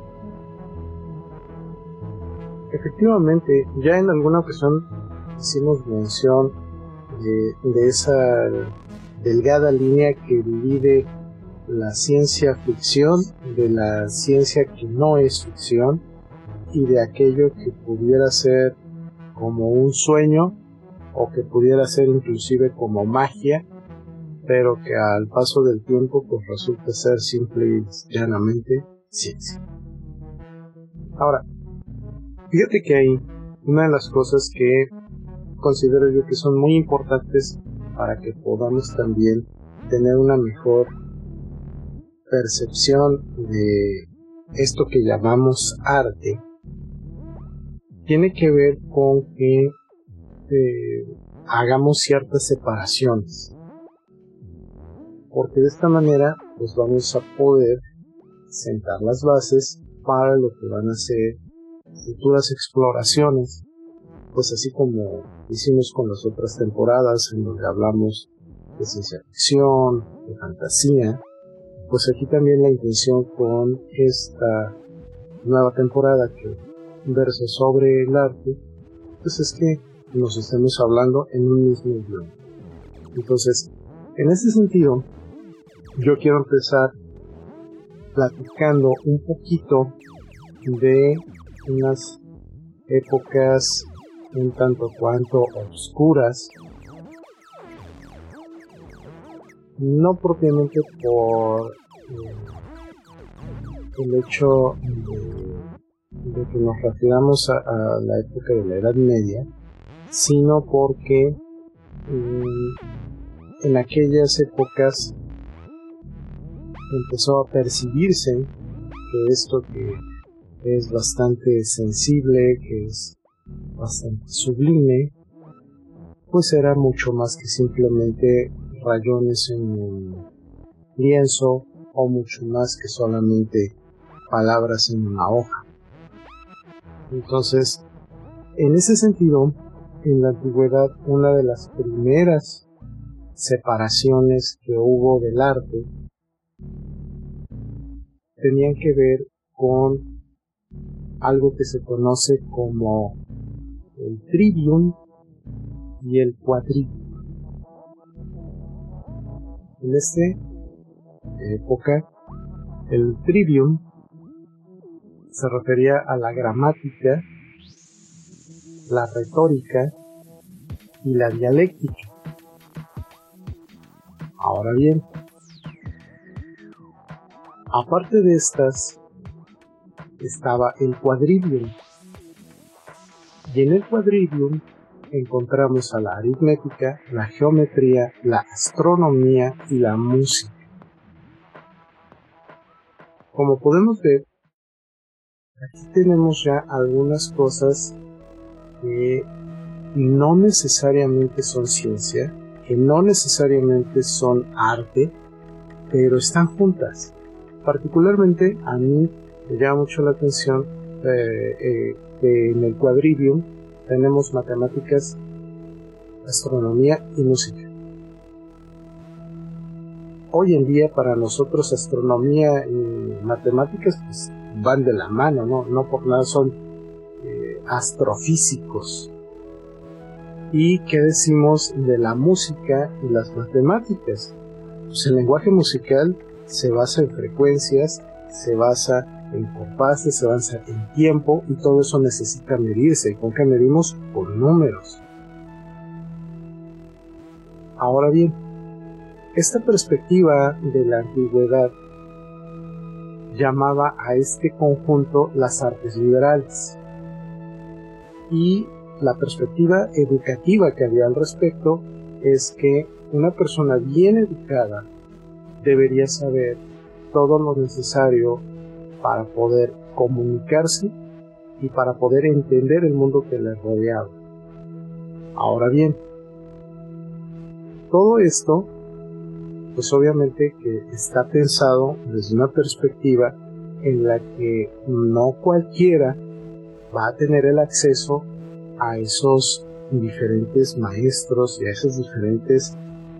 Efectivamente, ya en alguna ocasión hicimos mención de esa delgada línea que divide la ciencia ficción de la ciencia que no es ficción y de aquello que pudiera ser como un sueño o que pudiera ser inclusive como magia, pero que al paso del tiempo pues resulta ser simple y llanamente ciencia. Ahora, fíjate que hay una de las cosas que considero yo que son muy importantes para que podamos también tener una mejor percepción de esto que llamamos arte, tiene que ver con que hagamos ciertas separaciones, porque de esta manera pues vamos a poder sentar las bases para lo que van a ser futuras exploraciones, pues así como hicimos con las otras temporadas en donde hablamos de ciencia ficción, de fantasía, pues aquí también la intención con esta nueva temporada que versa sobre el arte, pues es que nos estemos hablando en un mismo idioma. Entonces, en este sentido, yo quiero empezar platicando un poquito de unas épocas un tanto cuanto oscuras, no propiamente por el hecho de que nos refiramos a la época de la Edad Media, sino porque en aquellas épocas empezó a percibirse que esto que es bastante sensible, que es bastante sublime, pues era mucho más que simplemente rayones en un lienzo o mucho más que solamente palabras en una hoja. Entonces, en ese sentido, en la antigüedad, una de las primeras separaciones que hubo del arte tenían que ver con algo que se conoce como el trivium y el quadrivium. En esta época, el trivium se refería a la gramática, la retórica y la dialéctica. Ahora bien, aparte de estas, estaba el quadrivium. Y en el quadrivium encontramos a la aritmética, la geometría, la astronomía y la música. Como podemos ver, aquí tenemos ya algunas cosas que no necesariamente son ciencia, que no necesariamente son arte, pero están juntas. Particularmente a mí me llama mucho la atención que en el quadrivium tenemos matemáticas, astronomía y música. Hoy en día para nosotros astronomía y matemáticas pues, van de la mano, no por nada son astrofísicos. ¿Y qué decimos de la música y las matemáticas? Pues el lenguaje musical se basa en frecuencias, se basa en compases, se basa en tiempo y todo eso necesita medirse. ¿Con qué medimos? Con números. Ahora bien, esta perspectiva de la antigüedad llamaba a este conjunto las artes liberales. Y la perspectiva educativa que había al respecto es que una persona bien educada debería saber todo lo necesario para poder comunicarse y para poder entender el mundo que le rodeaba. Ahora bien, todo esto, pues obviamente que está pensado desde una perspectiva en la que no cualquiera va a tener el acceso a esos diferentes maestros y a esas diferentes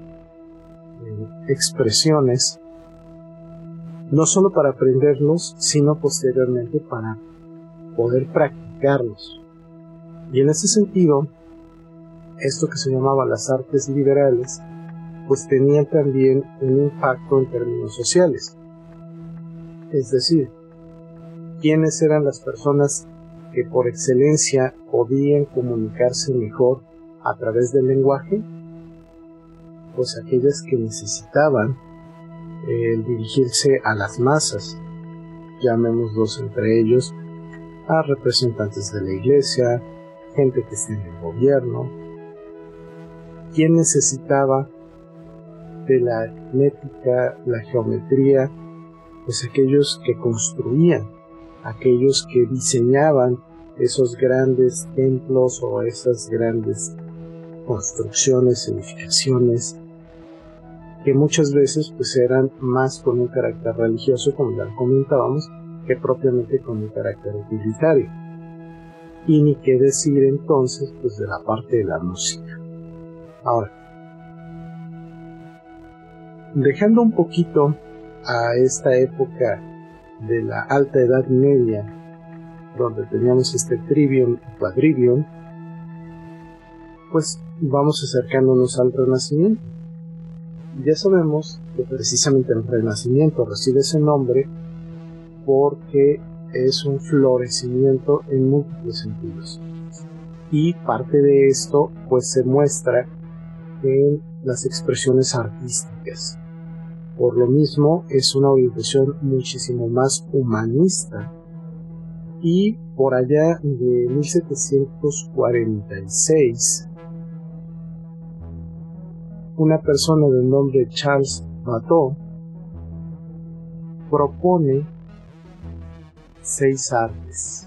expresiones, no solo para aprenderlos, sino posteriormente para poder practicarlos. Y en ese sentido, esto que se llamaba las artes liberales, pues tenía también un impacto en términos sociales. Es decir, ¿quiénes eran las personas que por excelencia podían comunicarse mejor a través del lenguaje? Pues aquellas que necesitaban dirigirse a las masas, llamémoslos entre ellos a representantes de la iglesia, gente que está en el gobierno. ¿Quién necesitaba de la aritmética, la geometría? Pues aquellos que construían, aquellos que diseñaban esos grandes templos o esas grandes construcciones, edificaciones, que muchas veces pues eran más con un carácter religioso, como ya comentábamos, que propiamente con un carácter utilitario. Y ni qué decir entonces pues de la parte de la música. Ahora, dejando un poquito a esta época de la Alta Edad Media, donde teníamos este trivium y quadrivium, pues vamos acercándonos al Renacimiento. Ya sabemos que precisamente el Renacimiento recibe ese nombre porque es un florecimiento en múltiples sentidos. Y parte de esto pues se muestra en las expresiones artísticas. Por lo mismo es una orientación muchísimo más humanista. Y por allá de 1746, una persona de nombre Charles Watteau propone 6 artes,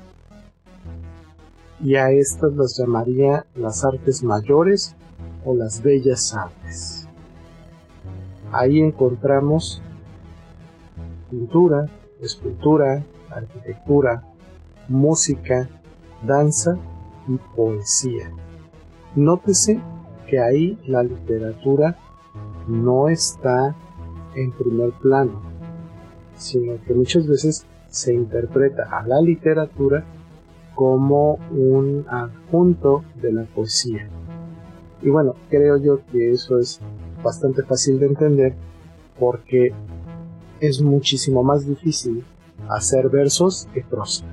y a estas las llamaría las artes mayores o las bellas artes. Ahí encontramos pintura, escultura, arquitectura, música, danza y poesía. Nótese que ahí la literatura no está en primer plano, sino que muchas veces se interpreta a la literatura como un adjunto de la poesía. Y bueno, creo yo que eso es bastante fácil de entender, porque es muchísimo más difícil hacer versos que prosa.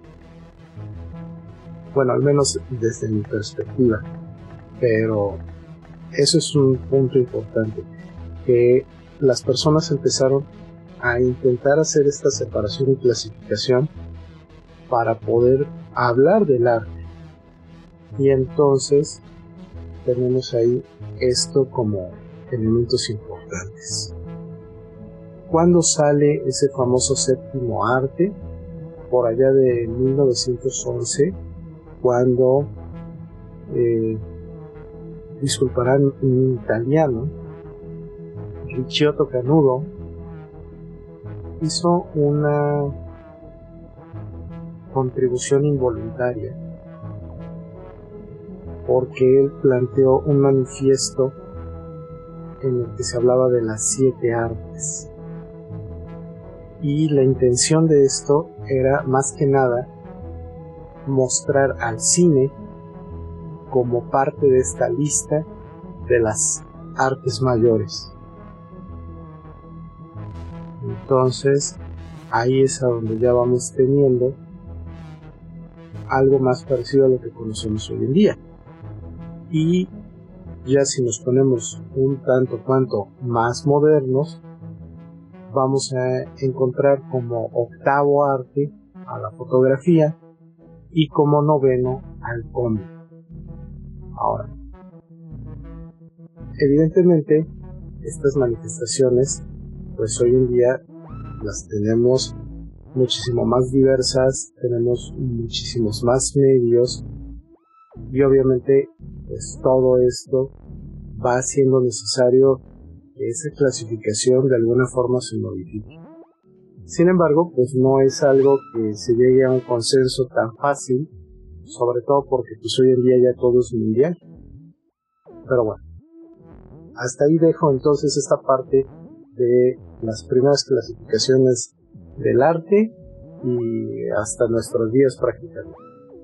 Bueno, al menos desde mi perspectiva. Pero eso es un punto importante, que las personas empezaron a intentar hacer esta separación y clasificación para poder hablar del arte. Y entonces tenemos ahí esto como elementos importantes. ¿Cuándo sale ese famoso séptimo arte? Por allá de 1911, cuando disculparán mi italiano, Ricciotto Canudo hizo una contribución involuntaria, porque él planteó un manifiesto en el que se hablaba de las 7 artes, y la intención de esto era más que nada mostrar al cine como parte de esta lista de las artes mayores. Entonces ahí es a donde ya vamos teniendo algo más parecido a lo que conocemos hoy en día. Y ya si nos ponemos un tanto cuanto más modernos, vamos a encontrar como octavo arte a la fotografía y como noveno al cómic. Ahora, evidentemente, estas manifestaciones, pues hoy en día las tenemos muchísimo más diversas, tenemos muchísimos más medios y obviamente pues todo esto va haciendo necesario que esa clasificación de alguna forma se modifique. Sin embargo, pues no es algo que se llegue a un consenso tan fácil, sobre todo porque pues hoy en día ya todo es mundial. Pero bueno, hasta ahí dejo entonces esta parte de las primeras clasificaciones del arte y hasta nuestros días prácticamente.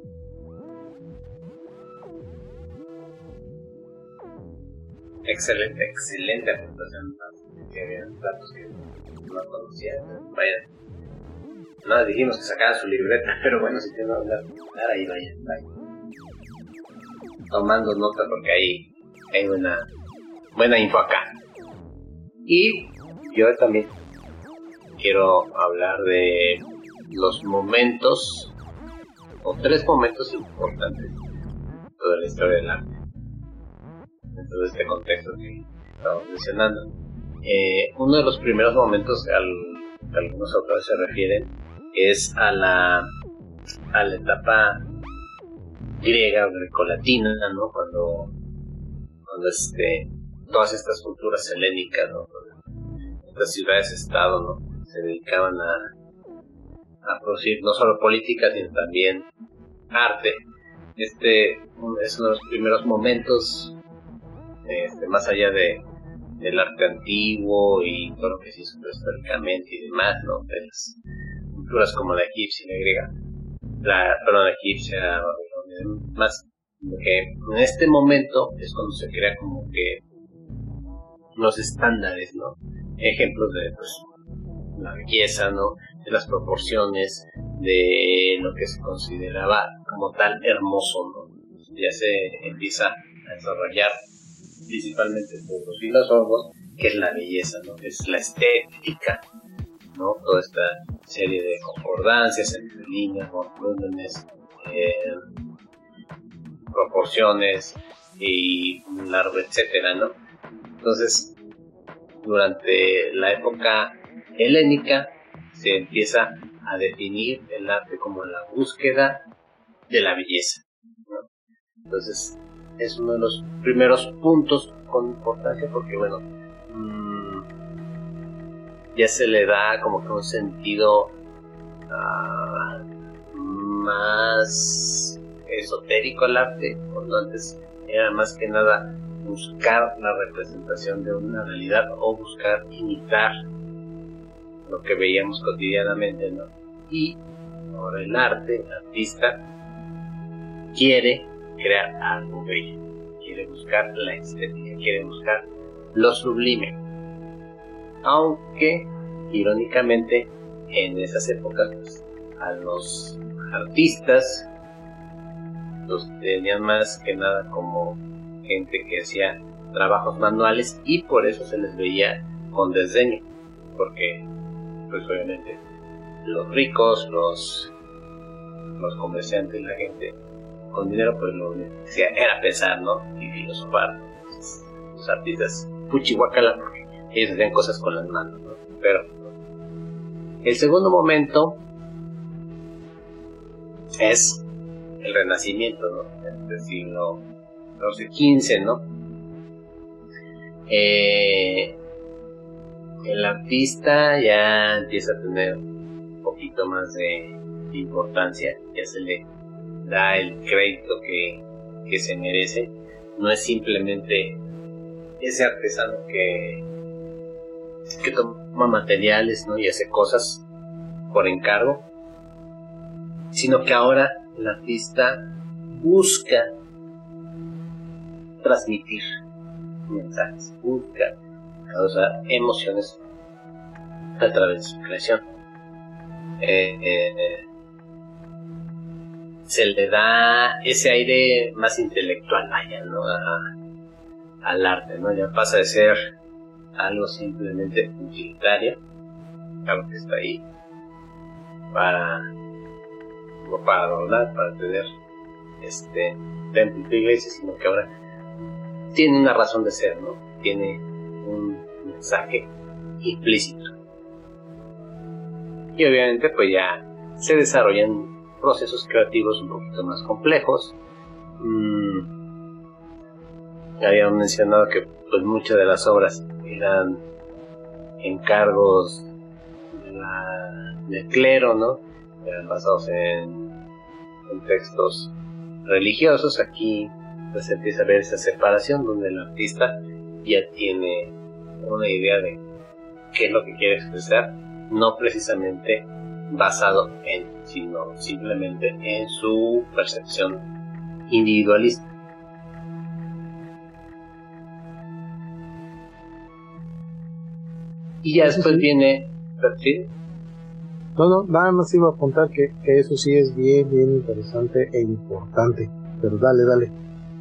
Excelente aportación. Que habían datos que no conocía. Vaya, no dijimos que sacara su libreta, pero bueno, si tiene que hablar, ahí vaya. Tomando nota porque ahí hay una buena info acá. Y yo también quiero hablar de los momentos, o 3 momentos importantes de toda la historia del arte, dentro de este contexto que estamos mencionando. Uno de los primeros momentos al que algunos autores se refieren es a la etapa griega o grecolatina, ¿no? Cuando todas estas culturas helénicas, ¿no? Estas ciudades-estado, ¿no? Se dedicaban a producir no solo política, sino también arte. Este es uno de los primeros momentos, más allá del arte antiguo y todo lo que se hizo históricamente y demás, ¿no? De las culturas como la egipcia y la griega, la egipcia, más que en este momento es cuando se crea como que los estándares, ¿no? Ejemplos de pues, la belleza, ¿no? De las proporciones, de lo que se consideraba como tal hermoso, ¿no? Ya se empieza a desarrollar principalmente por los filósofos, que es la belleza, ¿no? Es la estética, ¿no? Toda esta serie de concordancias entre líneas, volúmenes, proporciones y un largo etcétera, ¿no? Entonces, durante la época helénica se empieza a definir el arte como la búsqueda de la belleza, ¿no? Entonces, es uno de los primeros puntos con importancia porque, bueno, ya se le da como que un sentido más esotérico al arte, cuando antes era más que nada buscar la representación de una realidad o buscar imitar lo que veíamos cotidianamente, ¿no? Y ahora el artista quiere crear algo bello, quiere buscar la estética, quiere buscar lo sublime, aunque irónicamente en esas épocas pues, a los artistas los tenían más que nada como gente que hacía trabajos manuales y por eso se les veía con desdeño, porque pues obviamente los ricos, los comerciantes, la gente con dinero pues lo que hacía era pensar, ¿no? Y filosofar. Los artistas puchihuacala porque ellos hacían cosas con las manos, ¿no? Pero el segundo momento es el Renacimiento, ¿no? Del siglo XV, ¿no? El artista ya empieza a tener un poquito más de importancia, ya se le da el crédito que se merece. No es simplemente ese artesano que toma materiales, ¿no? Y hace cosas por encargo, sino que ahora el artista busca transmitir mensajes, busca causar emociones a través de su creación. Se le da ese aire más intelectual, vaya, ¿no? Al arte, ¿no? Ya pasa de ser algo simplemente utilitario lo que está ahí para adornar, para tener templo de iglesia, sino que ahora tiene una razón de ser, ¿no? Tiene un mensaje implícito. Y obviamente pues ya se desarrollan procesos creativos un poquito más complejos. Habíamos mencionado que pues muchas de las obras eran encargos del clero, ¿no? Eran basados en textos religiosos. Aquí pues se empieza a ver esa separación donde el artista ya tiene una idea de qué es lo que quiere expresar, no precisamente basado en, sino simplemente en su percepción individualista. Y ya después viene... ¿Sí? No, nada más iba a apuntar que eso sí es bien interesante e importante, pero dale.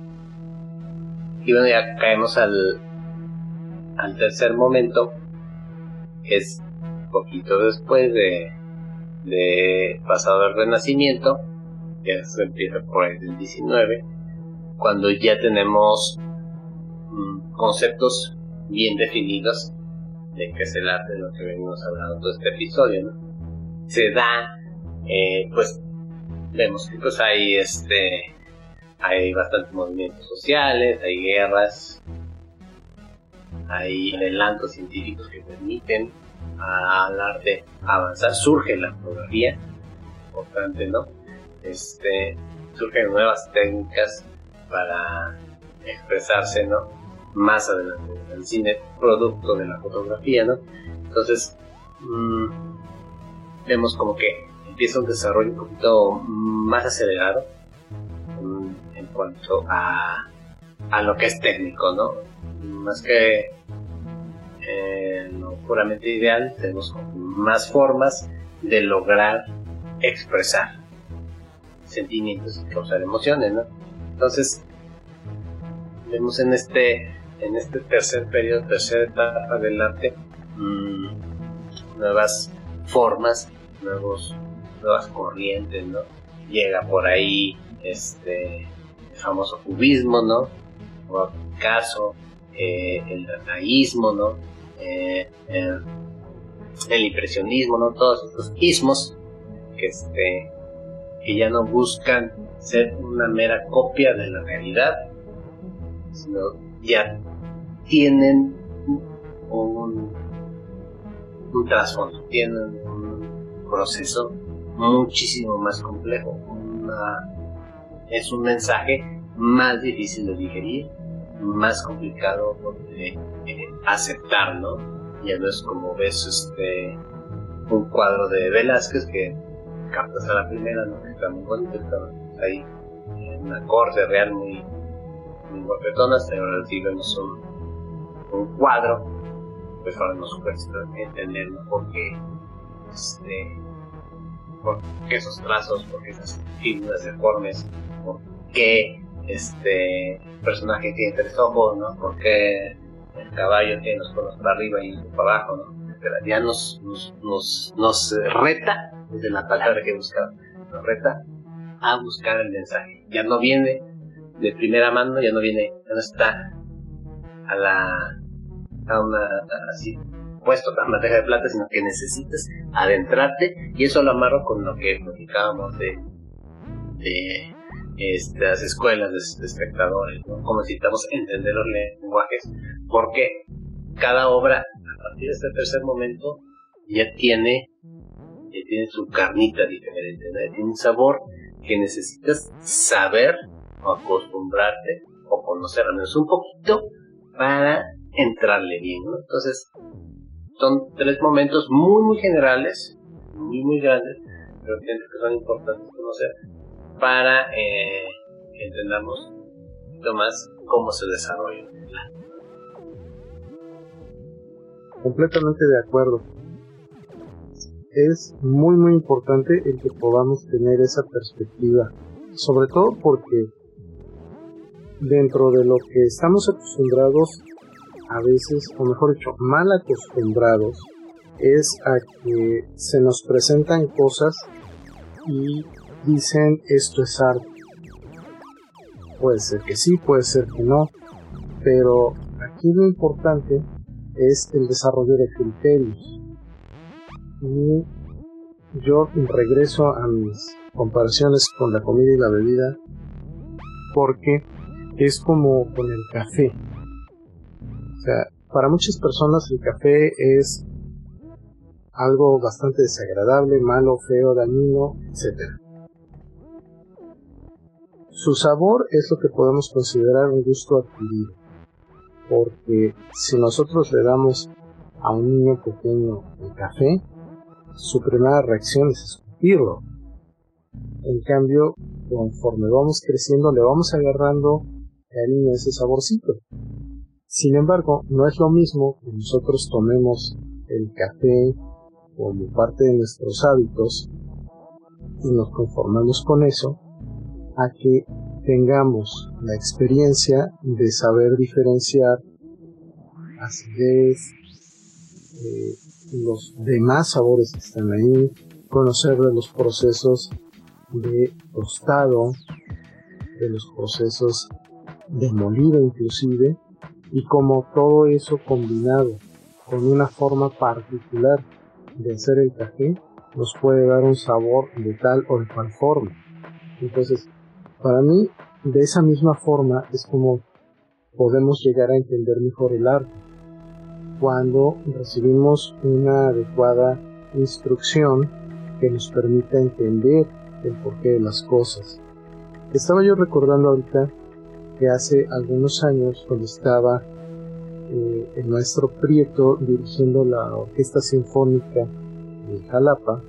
Y bueno, ya caemos al tercer momento, que es poquito después de pasado el Renacimiento, que se empieza por ahí del 19, cuando ya tenemos conceptos bien definidos de qué es el arte, de lo que venimos hablando todo este episodio, ¿no? Se da, pues vemos que pues hay bastantes movimientos sociales, hay guerras, hay adelantos científicos que permiten al arte avanzar. Surge la fotografía, importante, ¿no? Surgen nuevas técnicas para expresarse, ¿no? Más adelante el cine, producto de la fotografía, ¿no? Entonces vemos como que empieza un desarrollo un poquito más acelerado en cuanto a lo que es técnico, ¿no? Más que lo puramente ideal, tenemos más formas de lograr expresar sentimientos y causar emociones, ¿no? Entonces vemos en este tercer periodo, tercera etapa del arte, nuevas formas, nuevas corrientes, ¿no? Llega por ahí el famoso cubismo, ¿no? O Picasso, el dadaísmo, ¿no? El impresionismo, ¿no? Todos estos ismos que ya no buscan ser una mera copia de la realidad, sino ya tienen un trasfondo, tienen un proceso muchísimo más complejo, es un mensaje más difícil de digerir, más complicado de aceptar, ¿no? Ya no es como ves un cuadro de Velázquez que captas a la primera, ¿no? Que está muy bonito, está ahí en una corte real muy guapetonas, pero ahora sí vemos un cuadro, pues ahora nos cuesta entender, ¿no? por qué esos trazos, por qué esas figuras deformes, por qué personaje tiene tres ojos, ¿no? Por qué el caballo tiene los cuernos para arriba y para abajo, ¿no? Pero ya nos reta, desde la palabra que buscaba, nos reta a buscar el mensaje. Ya no viene de primera mano, ya no está así puesto en bandeja de plata, sino que necesitas adentrarte, y eso lo amarro con lo que platicábamos de las escuelas de espectadores, ¿no? Como necesitamos entender los lenguajes, porque cada obra a partir de este tercer momento ya tiene su carnita diferente, ¿no? Ya tiene un sabor que necesitas saber o acostumbrarte o conocer al menos un poquito para entrarle bien, ¿no? Entonces son tres momentos muy generales, muy grandes, pero que son importantes conocer para que entendamos un poquito más cómo se desarrolla. Completamente de acuerdo. Es muy importante el que podamos tener esa perspectiva, sobre todo porque dentro de lo que estamos acostumbrados a veces, o mejor dicho, mal acostumbrados, es a que se nos presentan cosas y dicen esto es arte. Puede ser que sí, puede ser que no, pero aquí lo importante es el desarrollo de criterios. Y yo regreso a mis comparaciones con la comida y la bebida, porque es como con el café. O sea, para muchas personas el café es algo bastante desagradable, malo, feo, dañino, etc. Su sabor es lo que podemos considerar un gusto adquirido, porque si nosotros le damos a un niño pequeño el café, su primera reacción es escupirlo. En cambio, conforme vamos creciendo, le vamos agarrando al niño ese saborcito. Sin embargo, no es lo mismo que nosotros tomemos el café como parte de nuestros hábitos y nos conformamos con eso, a que tengamos la experiencia de saber diferenciar acidez, los demás sabores que están ahí, conocer de los procesos de tostado, de los procesos de molido inclusive, y como todo eso combinado con una forma particular de hacer el café nos puede dar un sabor de tal o de cual forma. Entonces, para mí, de esa misma forma es como podemos llegar a entender mejor el arte, cuando recibimos una adecuada instrucción que nos permita entender el porqué de las cosas. Estaba yo recordando ahorita que hace algunos años, cuando estaba el maestro Prieto dirigiendo la Orquesta Sinfónica de Jalapa,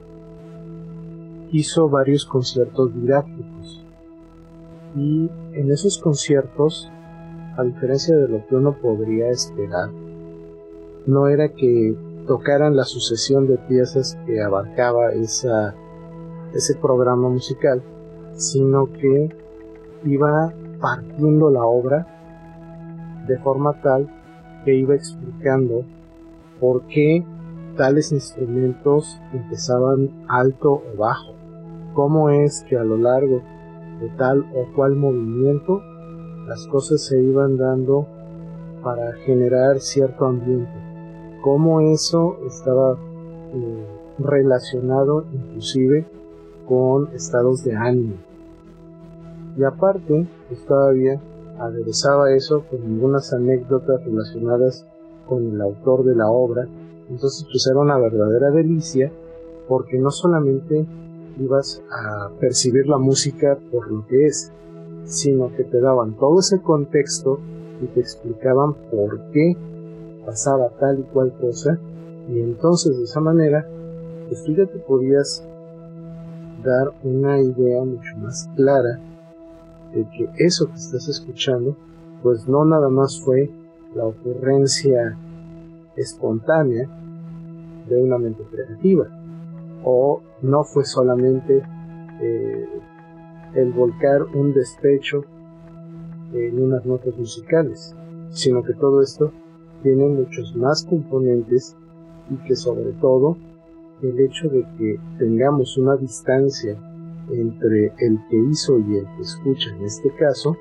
hizo varios conciertos didácticos, y en esos conciertos, a diferencia de lo que uno podría esperar, no era que tocaran la sucesión de piezas que abarcaba ese programa musical, sino que iba partiendo la obra de forma tal que iba explicando por qué tales instrumentos empezaban alto o bajo, cómo es que a lo largo de tal o cual movimiento las cosas se iban dando para generar cierto ambiente, cómo eso estaba relacionado inclusive con estados de ánimo. Y aparte, pues todavía aderezaba eso con algunas anécdotas relacionadas con el autor de la obra. Entonces pues era una verdadera delicia, porque no solamente ibas a percibir la música por lo que es, sino que te daban todo ese contexto y te explicaban por qué pasaba tal y cual cosa, y entonces de esa manera pues tú ya te podías dar una idea mucho más clara de que eso que estás escuchando pues no nada más fue la ocurrencia espontánea de una mente creativa, o no fue solamente el volcar un despecho en unas notas musicales, sino que todo esto tiene muchos más componentes, y que sobre todo el hecho de que tengamos una distancia entre el que hizo y el que escucha en este caso,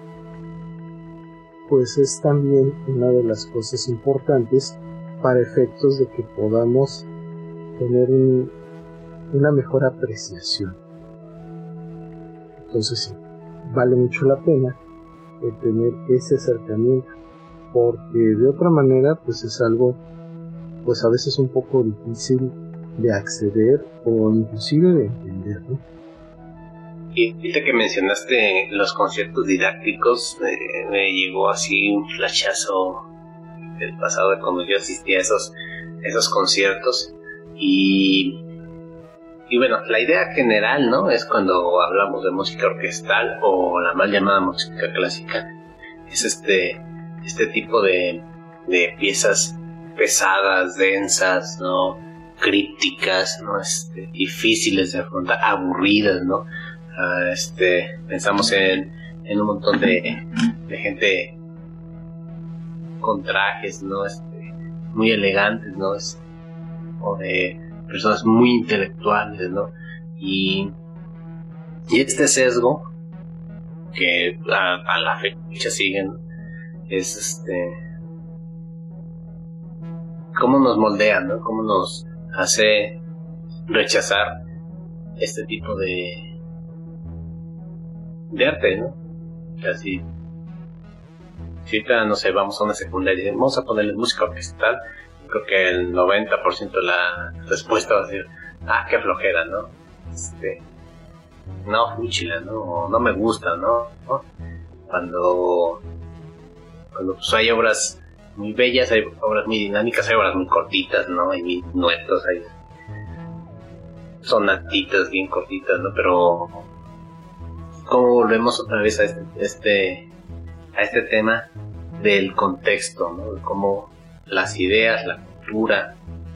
pues es también una de las cosas importantes para efectos de que podamos tener una mejor apreciación. Entonces sí, vale mucho la pena el tener ese acercamiento, porque de otra manera pues es algo pues a veces un poco difícil de acceder o inclusive de entender, ¿no? Y ahorita que mencionaste los conciertos didácticos, me llegó así un flashazo del pasado de cuando yo asistía a esos conciertos, y bueno, la idea general, ¿no?, es cuando hablamos de música orquestal o la mal llamada música clásica, es este tipo de piezas pesadas, densas, ¿no?, crípticas, ¿no?, difíciles de afrontar, aburridas, ¿no? Pensamos en un montón de gente con trajes, ¿no?, muy elegantes, ¿no? o de personas muy intelectuales, ¿no? Y este sesgo que a la fecha siguen es cómo nos moldea, ¿no? Cómo nos hace rechazar este tipo de arte, ¿no? Así, si ahorita, no sé, vamos a una secundaria, vamos a ponerle música orquestal, creo que el 90% de la respuesta va a ser, qué flojera, ¿no? No, fúchila, ¿no? O no me gusta, ¿no? Cuando pues hay obras muy bellas, hay obras muy dinámicas, hay obras muy cortitas, ¿no? Hay minuetos, hay sonatitas bien cortitas, ¿no? Pero ¿cómo volvemos otra vez a este tema del contexto, ¿no? De cómo las ideas, la cultura,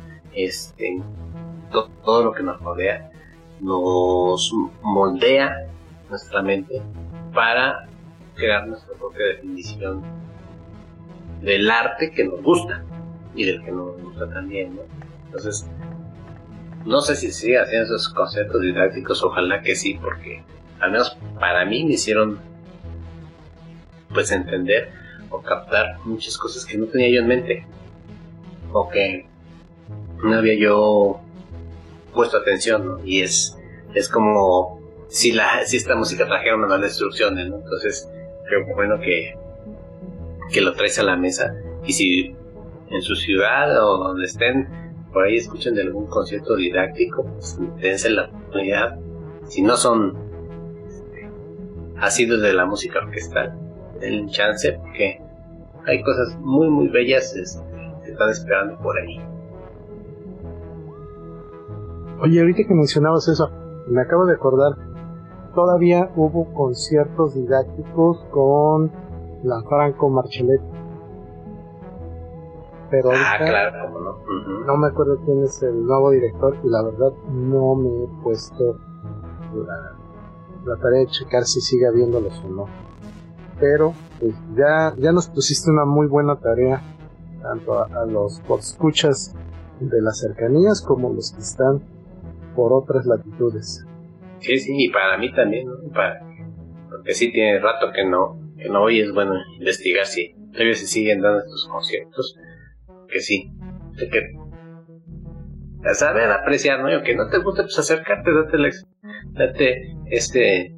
todo lo que nos rodea nos moldea nuestra mente para crear nuestra propia definición del arte que nos gusta y del que no nos gusta también, ¿no? Entonces, no sé si sigue haciendo esos conceptos didácticos, ojalá que sí, porque al menos para mí me hicieron pues entender o captar muchas cosas que no tenía yo en mente o que no había yo puesto atención, ¿no? Y es como si esta música trajera una mala instrucciones, ¿no? Entonces creo bueno que lo traes a la mesa, y si en su ciudad o donde estén por ahí escuchan de algún concierto didáctico, pues dense la oportunidad. Si no son asiduos de la música orquestal, denle un chance, porque hay cosas muy muy bellas que están esperando por ahí. Oye, ahorita que mencionabas eso, me acabo de acordar, todavía hubo conciertos didácticos con Lanfranco Marchelet, pero ahorita claro, cómo no. Uh-huh. No me acuerdo quién es el nuevo director y la verdad no me he puesto la tarea de checar si sigue habiéndolos o no, pero pues ya nos pusiste una muy buena tarea, tanto a los escuchas de las cercanías como los que están por otras latitudes. Sí, y para mí también, ¿no? Porque sí tiene rato que no hoy es bueno investigar si todavía se siguen dando estos conciertos, que sí, de que saber apreciar, ¿no? Y aunque no te guste, pues acércate, date ese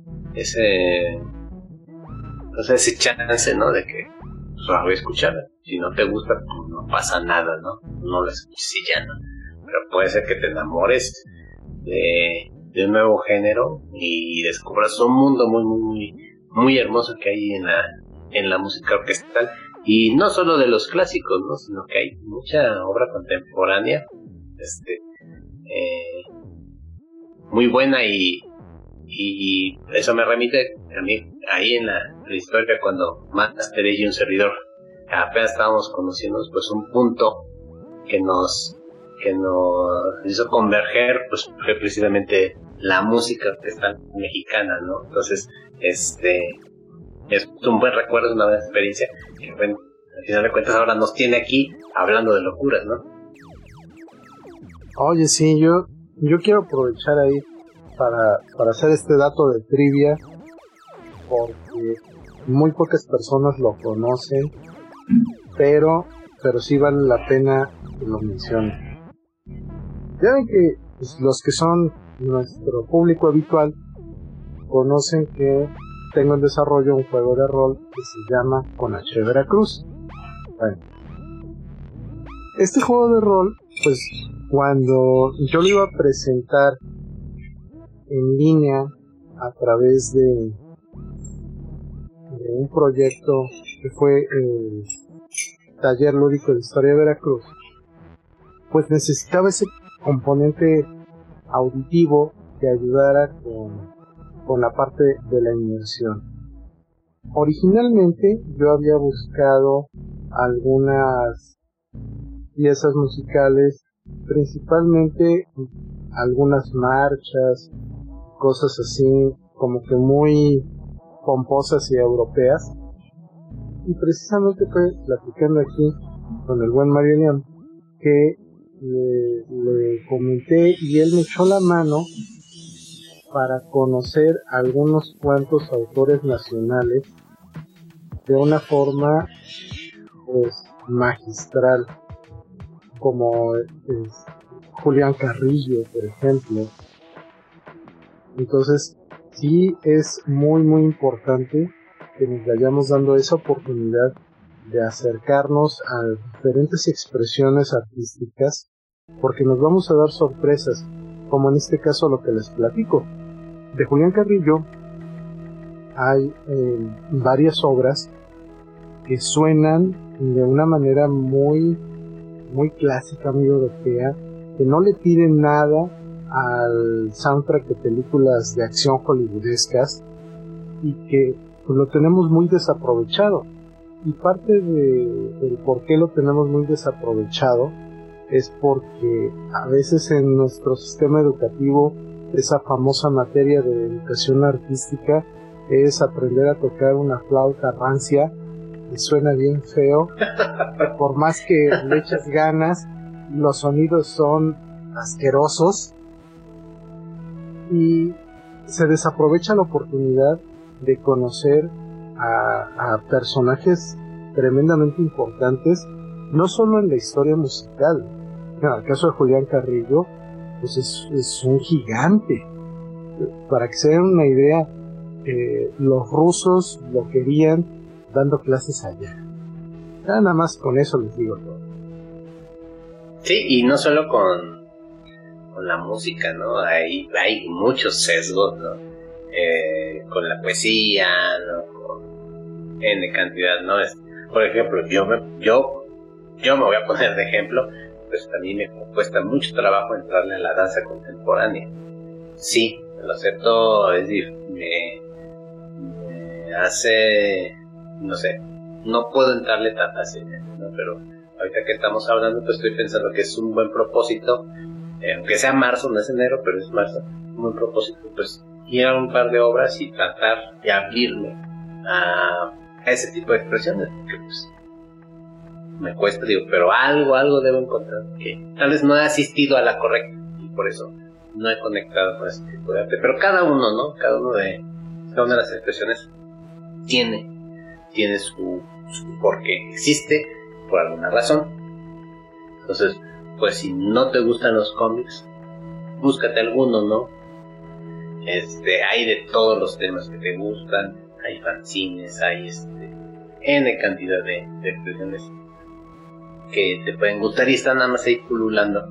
chance, ¿no? De que pues, voy a escuchar. Si no te gusta, pues no pasa nada, ¿no? No lo escuches y ya no. Pero puede ser que te enamores de un nuevo género y descubras un mundo muy muy muy muy hermoso que hay en la música orquestal, y no solo de los clásicos, ¿no? Sino que hay mucha obra contemporánea muy buena, y eso me remite a mí ahí en la historia, cuando Master y un servidor apenas estábamos conociendo, pues un punto que nos hizo converger, pues fue precisamente la música orquestal mexicana, ¿no? Entonces es un buen recuerdo, una buena experiencia, que bueno, al final de cuentas ahora nos tiene aquí hablando de locuras, ¿no? Oye, sí, yo quiero aprovechar ahí para hacer este dato de trivia, porque muy pocas personas lo conocen, pero sí vale la pena que lo mencionen. Ya ven que pues, los que son nuestro público habitual conocen que tengo en desarrollo un juego de rol que se llama Con H Veracruz. Bueno, este juego de rol, pues cuando yo lo iba a presentar en línea a través de un proyecto que fue el Taller Lúdico de Historia de Veracruz, pues necesitaba ese componente auditivo que ayudara con la parte de la inmersión. Originalmente yo había buscado algunas piezas musicales, principalmente algunas marchas, cosas así como que muy pomposas y europeas, y precisamente fue platicando aquí con el buen Mario León que le le comenté y él me echó la mano para conocer algunos cuantos autores nacionales de una forma pues magistral, como Julián Carrillo, por ejemplo. Entonces sí es muy muy importante que nos vayamos dando esa oportunidad de acercarnos a diferentes expresiones artísticas, porque nos vamos a dar sorpresas, como en este caso lo que les platico. De Julián Carrillo hay varias obras que suenan de una manera muy muy clásica, muy europea, que no le piden nada al soundtrack de películas de acción hollywoodescas y que pues, lo tenemos muy desaprovechado. Y parte del por qué lo tenemos muy desaprovechado es porque a veces en nuestro sistema educativo esa famosa materia de educación artística es aprender a tocar una flauta rancia que suena bien feo. Por más que le echas ganas, los sonidos son asquerosos y se desaprovecha la oportunidad de conocer a personajes tremendamente importantes, no solo en la historia musical. En el caso de Julián Carrillo, pues es un gigante. Para que se den una idea, los rusos lo querían dando clases allá. Nada más con eso les digo todo. Sí, y no solo con la música, ¿no? Hay muchos sesgos, ¿no? Con la poesía, ¿no? Con N cantidad, ¿no? Por ejemplo, yo me voy a poner de ejemplo, pues a mí me cuesta mucho trabajo entrarle a la danza contemporánea. Sí, lo acepto, me hace, no sé, no puedo entrarle tan fácilmente, ¿no? Pero ahorita que estamos hablando, pues estoy pensando que es un buen propósito, aunque sea marzo, no es enero, pero es marzo, un buen propósito, pues ir a un par de obras y tratar de abrirme a ese tipo de expresiones, porque pues me cuesta, digo, pero algo debo encontrar, que tal vez no he asistido a la correcta, y por eso no he conectado con ese tipo de arte, pero cada uno, ¿no? Cada una de las expresiones tiene su porqué, existe por alguna razón. Entonces, pues si no te gustan los cómics, búscate alguno, ¿no? Hay de todos los temas que te gustan, hay fanzines, hay N cantidad de expresiones que te pueden gustar y están nada más ahí pululando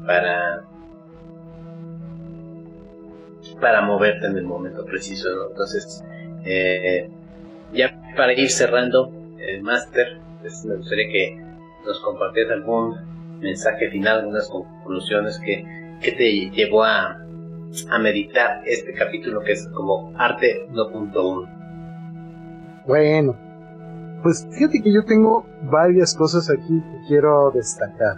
para moverte en el momento preciso, ¿no? Entonces, ya para ir cerrando el máster, pues me gustaría que nos compartieras algún mensaje final, algunas conclusiones que te llevó a meditar este capítulo que es como Arte 1.1. Bueno, pues fíjate que yo tengo varias cosas aquí que quiero destacar.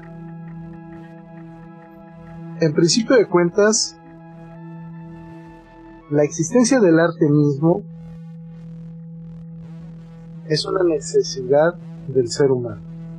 En principio de cuentas, la existencia del arte mismo es una necesidad del ser humano.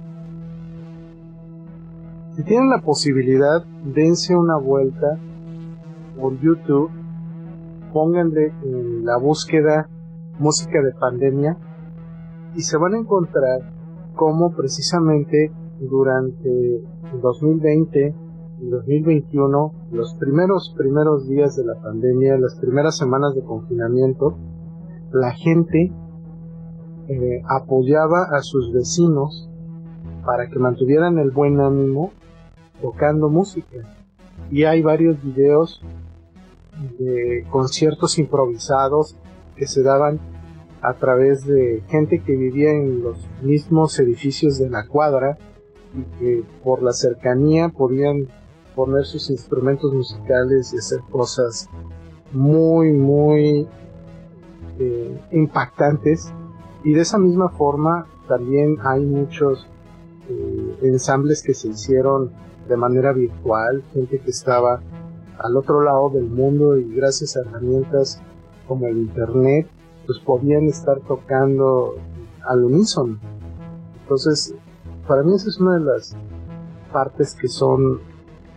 Si tienen la posibilidad, dense una vuelta por YouTube, pónganle en la búsqueda música de pandemia y se van a encontrar cómo precisamente durante el 2020 y 2021, los primeros días de la pandemia, las primeras semanas de confinamiento, la gente apoyaba a sus vecinos para que mantuvieran el buen ánimo tocando música. Y hay varios videos de conciertos improvisados que se daban a través de gente que vivía en los mismos edificios de la cuadra y que por la cercanía podían poner sus instrumentos musicales y hacer cosas muy muy impactantes. Y de esa misma forma también hay muchos ensambles que se hicieron de manera virtual, gente que estaba al otro lado del mundo y gracias a herramientas como el internet pues podían estar tocando al unísono. Entonces para mí esa es una de las partes que son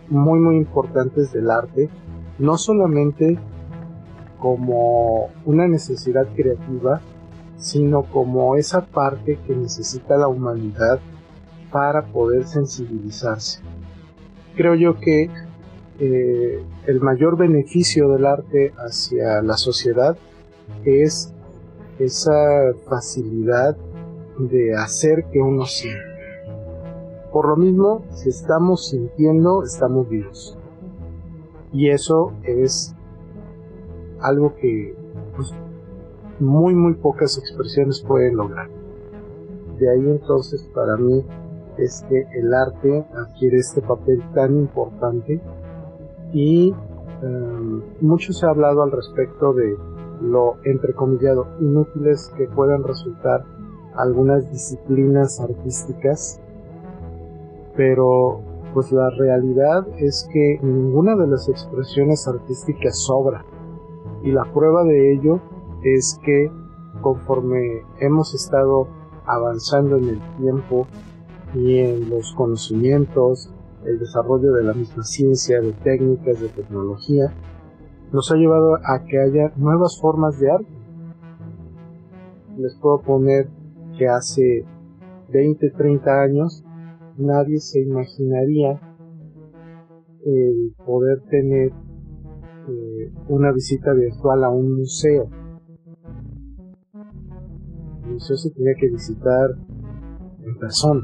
muy muy importantes del arte, no solamente como una necesidad creativa, sino como esa parte que necesita la humanidad para poder sensibilizarse. Creo yo que el mayor beneficio del arte hacia la sociedad es esa facilidad de hacer que uno sienta. Por lo mismo, si estamos sintiendo, estamos vivos. Y eso es algo que pues, muy muy pocas expresiones pueden lograr. De ahí entonces para mí es que el arte adquiere este papel tan importante y mucho se ha hablado al respecto de lo entrecomillado inútiles que puedan resultar algunas disciplinas artísticas, pero pues la realidad es que ninguna de las expresiones artísticas sobra, y la prueba de ello es que conforme hemos estado avanzando en el tiempo y en los conocimientos, el desarrollo de la misma ciencia, de técnicas, de tecnología, nos ha llevado a que haya nuevas formas de arte. Les puedo poner que hace 20, 30 años nadie se imaginaría el poder tener una visita virtual a un museo. El museo se tenía que visitar en persona.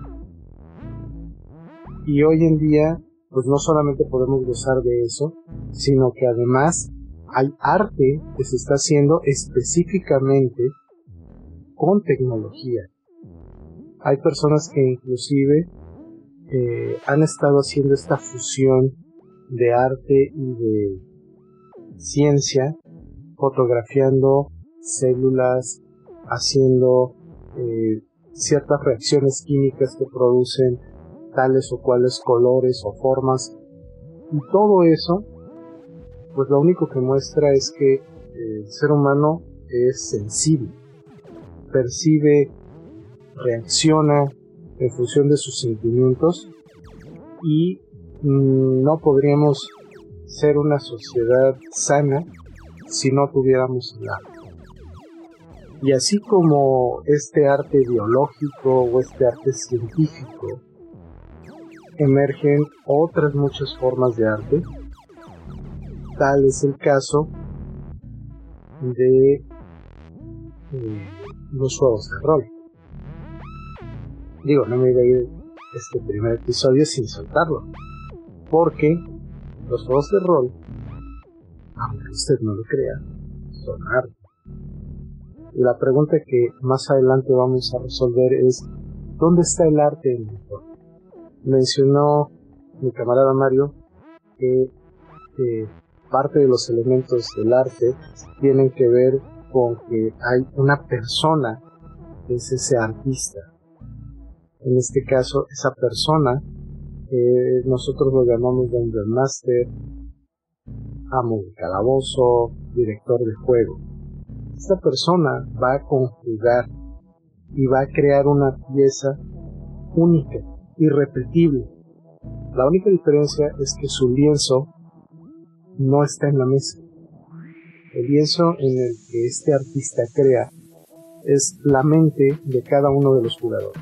Y hoy en día, pues no solamente podemos gozar de eso, sino que además hay arte que se está haciendo específicamente con tecnología. Hay personas que inclusive han estado haciendo esta fusión de arte y de ciencia, fotografiando células, haciendo ciertas reacciones químicas que producen tales o cuales colores o formas, y todo eso pues lo único que muestra es que el ser humano es sensible, percibe, reacciona en función de sus sentimientos, y no podríamos ser una sociedad sana si no tuviéramos el arte. Y así como este arte biológico o este arte científico, emergen otras muchas formas de arte. Tal es el caso de los juegos de rol. Digo, no me iba a ir este primer episodio sin soltarlo, porque los juegos de rol, aunque usted no lo crea, son arte. Y la pregunta que más adelante vamos a resolver es: ¿dónde está el arte en el juego? Mencionó mi camarada Mario que parte de los elementos del arte tienen que ver con que hay una persona que es ese artista. En este caso, esa persona nosotros lo llamamos Dungeon Master, amo de calabozo, director de juego. Esta persona va a conjugar y va a crear una pieza única, irrepetible. La única diferencia es que su lienzo no está en la mesa. El lienzo en el que este artista crea es la mente de cada uno de los jugadores.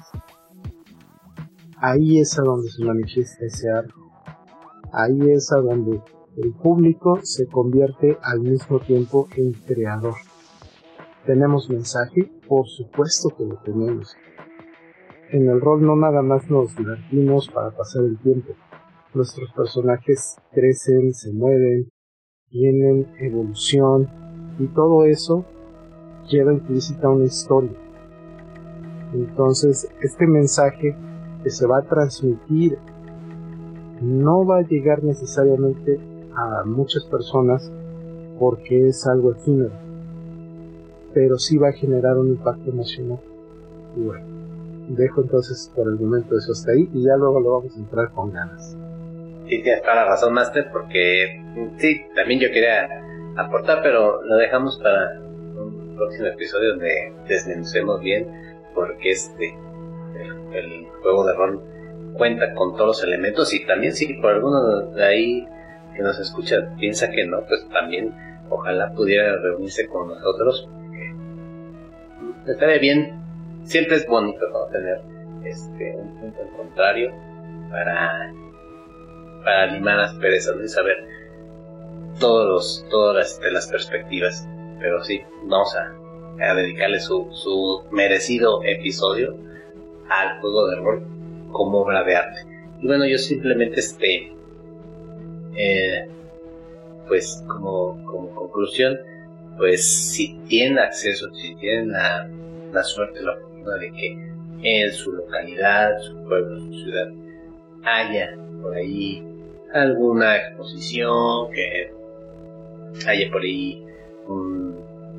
Ahí es a donde se manifiesta ese arte. Ahí es a donde el público se convierte al mismo tiempo en creador. ¿Tenemos mensaje? Por supuesto que lo tenemos. En el rol no nada más nos divertimos para pasar el tiempo. Nuestros personajes crecen, se mueven, tienen evolución, y todo eso lleva implícita una historia. Entonces, este mensaje que se va a transmitir no va a llegar necesariamente a muchas personas porque es algo efímero, pero sí va a generar un impacto emocional. Y bueno, dejo entonces por el momento eso hasta ahí, y ya luego lo vamos a entrar con ganas. Sí, tienes toda la razón, Master, porque sí, también yo quería aportar, pero lo dejamos para un próximo episodio donde desmenucemos bien, porque el juego de rol cuenta con todos los elementos, y también si por alguno de ahí que nos escucha piensa que no, pues también ojalá pudiera reunirse con nosotros. Estaría bien. Siempre es bonito, ¿no?, tener un punto en contrario para animar las perezas, ¿no?, y saber todas las perspectivas. Pero sí, vamos a dedicarle su merecido episodio al juego de rol como obra de arte. Y bueno, yo simplemente pues como conclusión, pues si tienen acceso, si tienen la suerte, la fortuna de que en su localidad, su pueblo, su ciudad haya por ahí alguna exposición, que haya por ahí un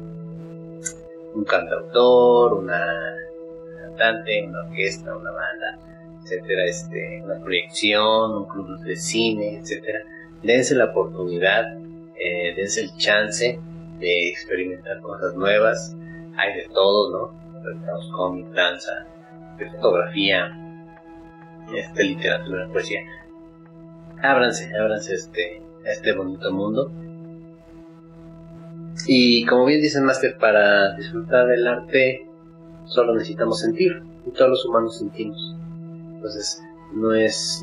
cantautor, una cantante, una orquesta, una banda, etcétera, una proyección, un club de cine, etcétera, dense la oportunidad, dense el chance de experimentar cosas nuevas. Hay de todo, ¿no? Tenemos cómic, danza, fotografía, literatura, poesía. Ábranse a este bonito mundo. Y como bien dice el máster, para disfrutar del arte solo necesitamos sentir, y todos los humanos sentimos. Entonces no es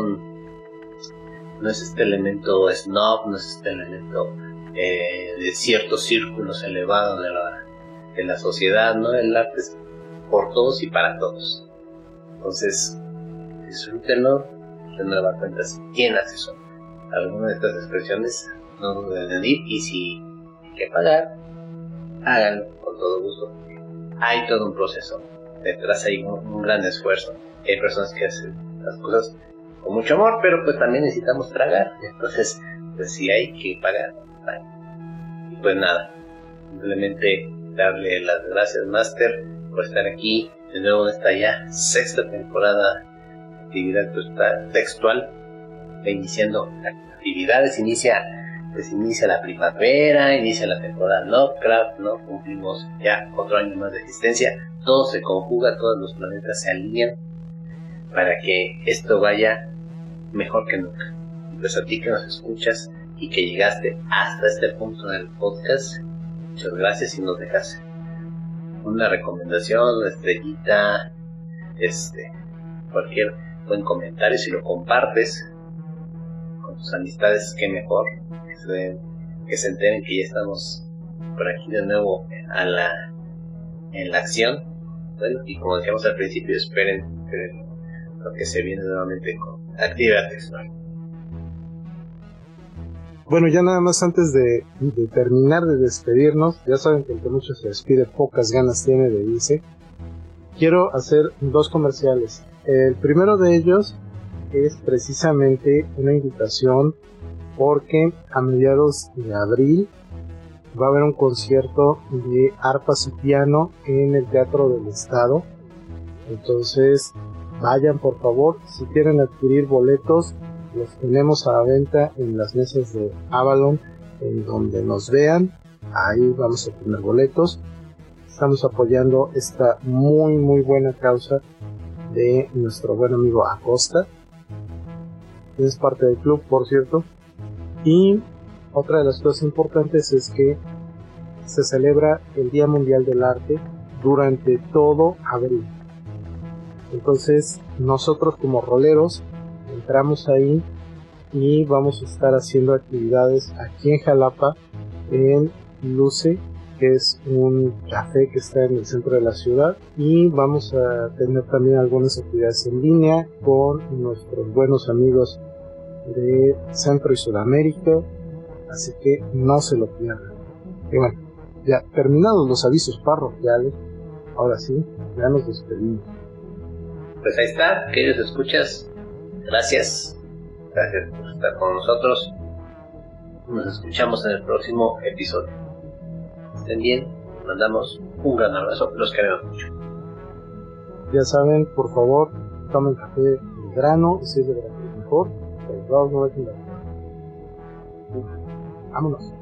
este elemento snob, no es este elemento de ciertos círculos elevados de la sociedad, ¿no? El arte es por todos y para todos. Entonces disfrútenlo. De nueva cuenta, si tienen acceso a alguna de estas expresiones, no duden en ir, y si hay que pagar, háganlo con todo gusto. Hay todo un proceso detrás, hay un gran esfuerzo. Hay personas que hacen las cosas con mucho amor, pero pues también necesitamos tragar. Entonces, pues si hay que pagar, y pues nada, simplemente darle las gracias, Master, por estar aquí de nuevo en esta ya sexta temporada de actividad textual, iniciando actividades. Inicia la primavera, inicia la temporada Lovecraft, ¿no? Cumplimos ya otro año más de existencia. Todo se conjuga, todos los planetas se alinean para que esto vaya mejor que nunca. Pues a ti que nos escuchas y que llegaste hasta este punto del podcast, muchas gracias. Y nos dejas una recomendación, una estrellita, cualquier buen comentario, si lo compartes con tus amistades, qué mejor, que se enteren que ya estamos por aquí de nuevo en la acción. Bueno, y como decíamos al principio, esperen lo que se viene nuevamente con actividad textual. Bueno, ya nada más antes de terminar de despedirnos, ya saben que el que mucho se despide, pocas ganas tiene de irse. Quiero hacer 2 comerciales. El primero de ellos es precisamente una invitación, porque a mediados de abril va a haber un concierto de arpas y piano en el Teatro del Estado. Entonces vayan, por favor. Si quieren adquirir boletos, los tenemos a la venta en las mesas de Avalon, en donde nos vean. Ahí vamos a tener boletos. Estamos apoyando esta muy muy buena causa de nuestro buen amigo Acosta. Es parte del club, por cierto. Y otra de las cosas importantes es que se celebra el Día Mundial del Arte durante todo abril. Entonces nosotros como roleros entramos ahí y vamos a estar haciendo actividades aquí en Jalapa, en Luce, que es un café que está en el centro de la ciudad, y vamos a tener también algunas actividades en línea con nuestros buenos amigos de Centro y Sudamérica, así que no se lo pierdan. Y bueno, ya terminados los avisos parroquiales, ahora sí, ya nos despedimos. Pues ahí está, queridos escuchas, gracias por estar con nosotros. Nos escuchamos en el próximo episodio. Estén bien, mandamos un gran abrazo, los queremos mucho. Ya saben, por favor, tomen café de grano, si es de grano mejor, pero no es de vámonos.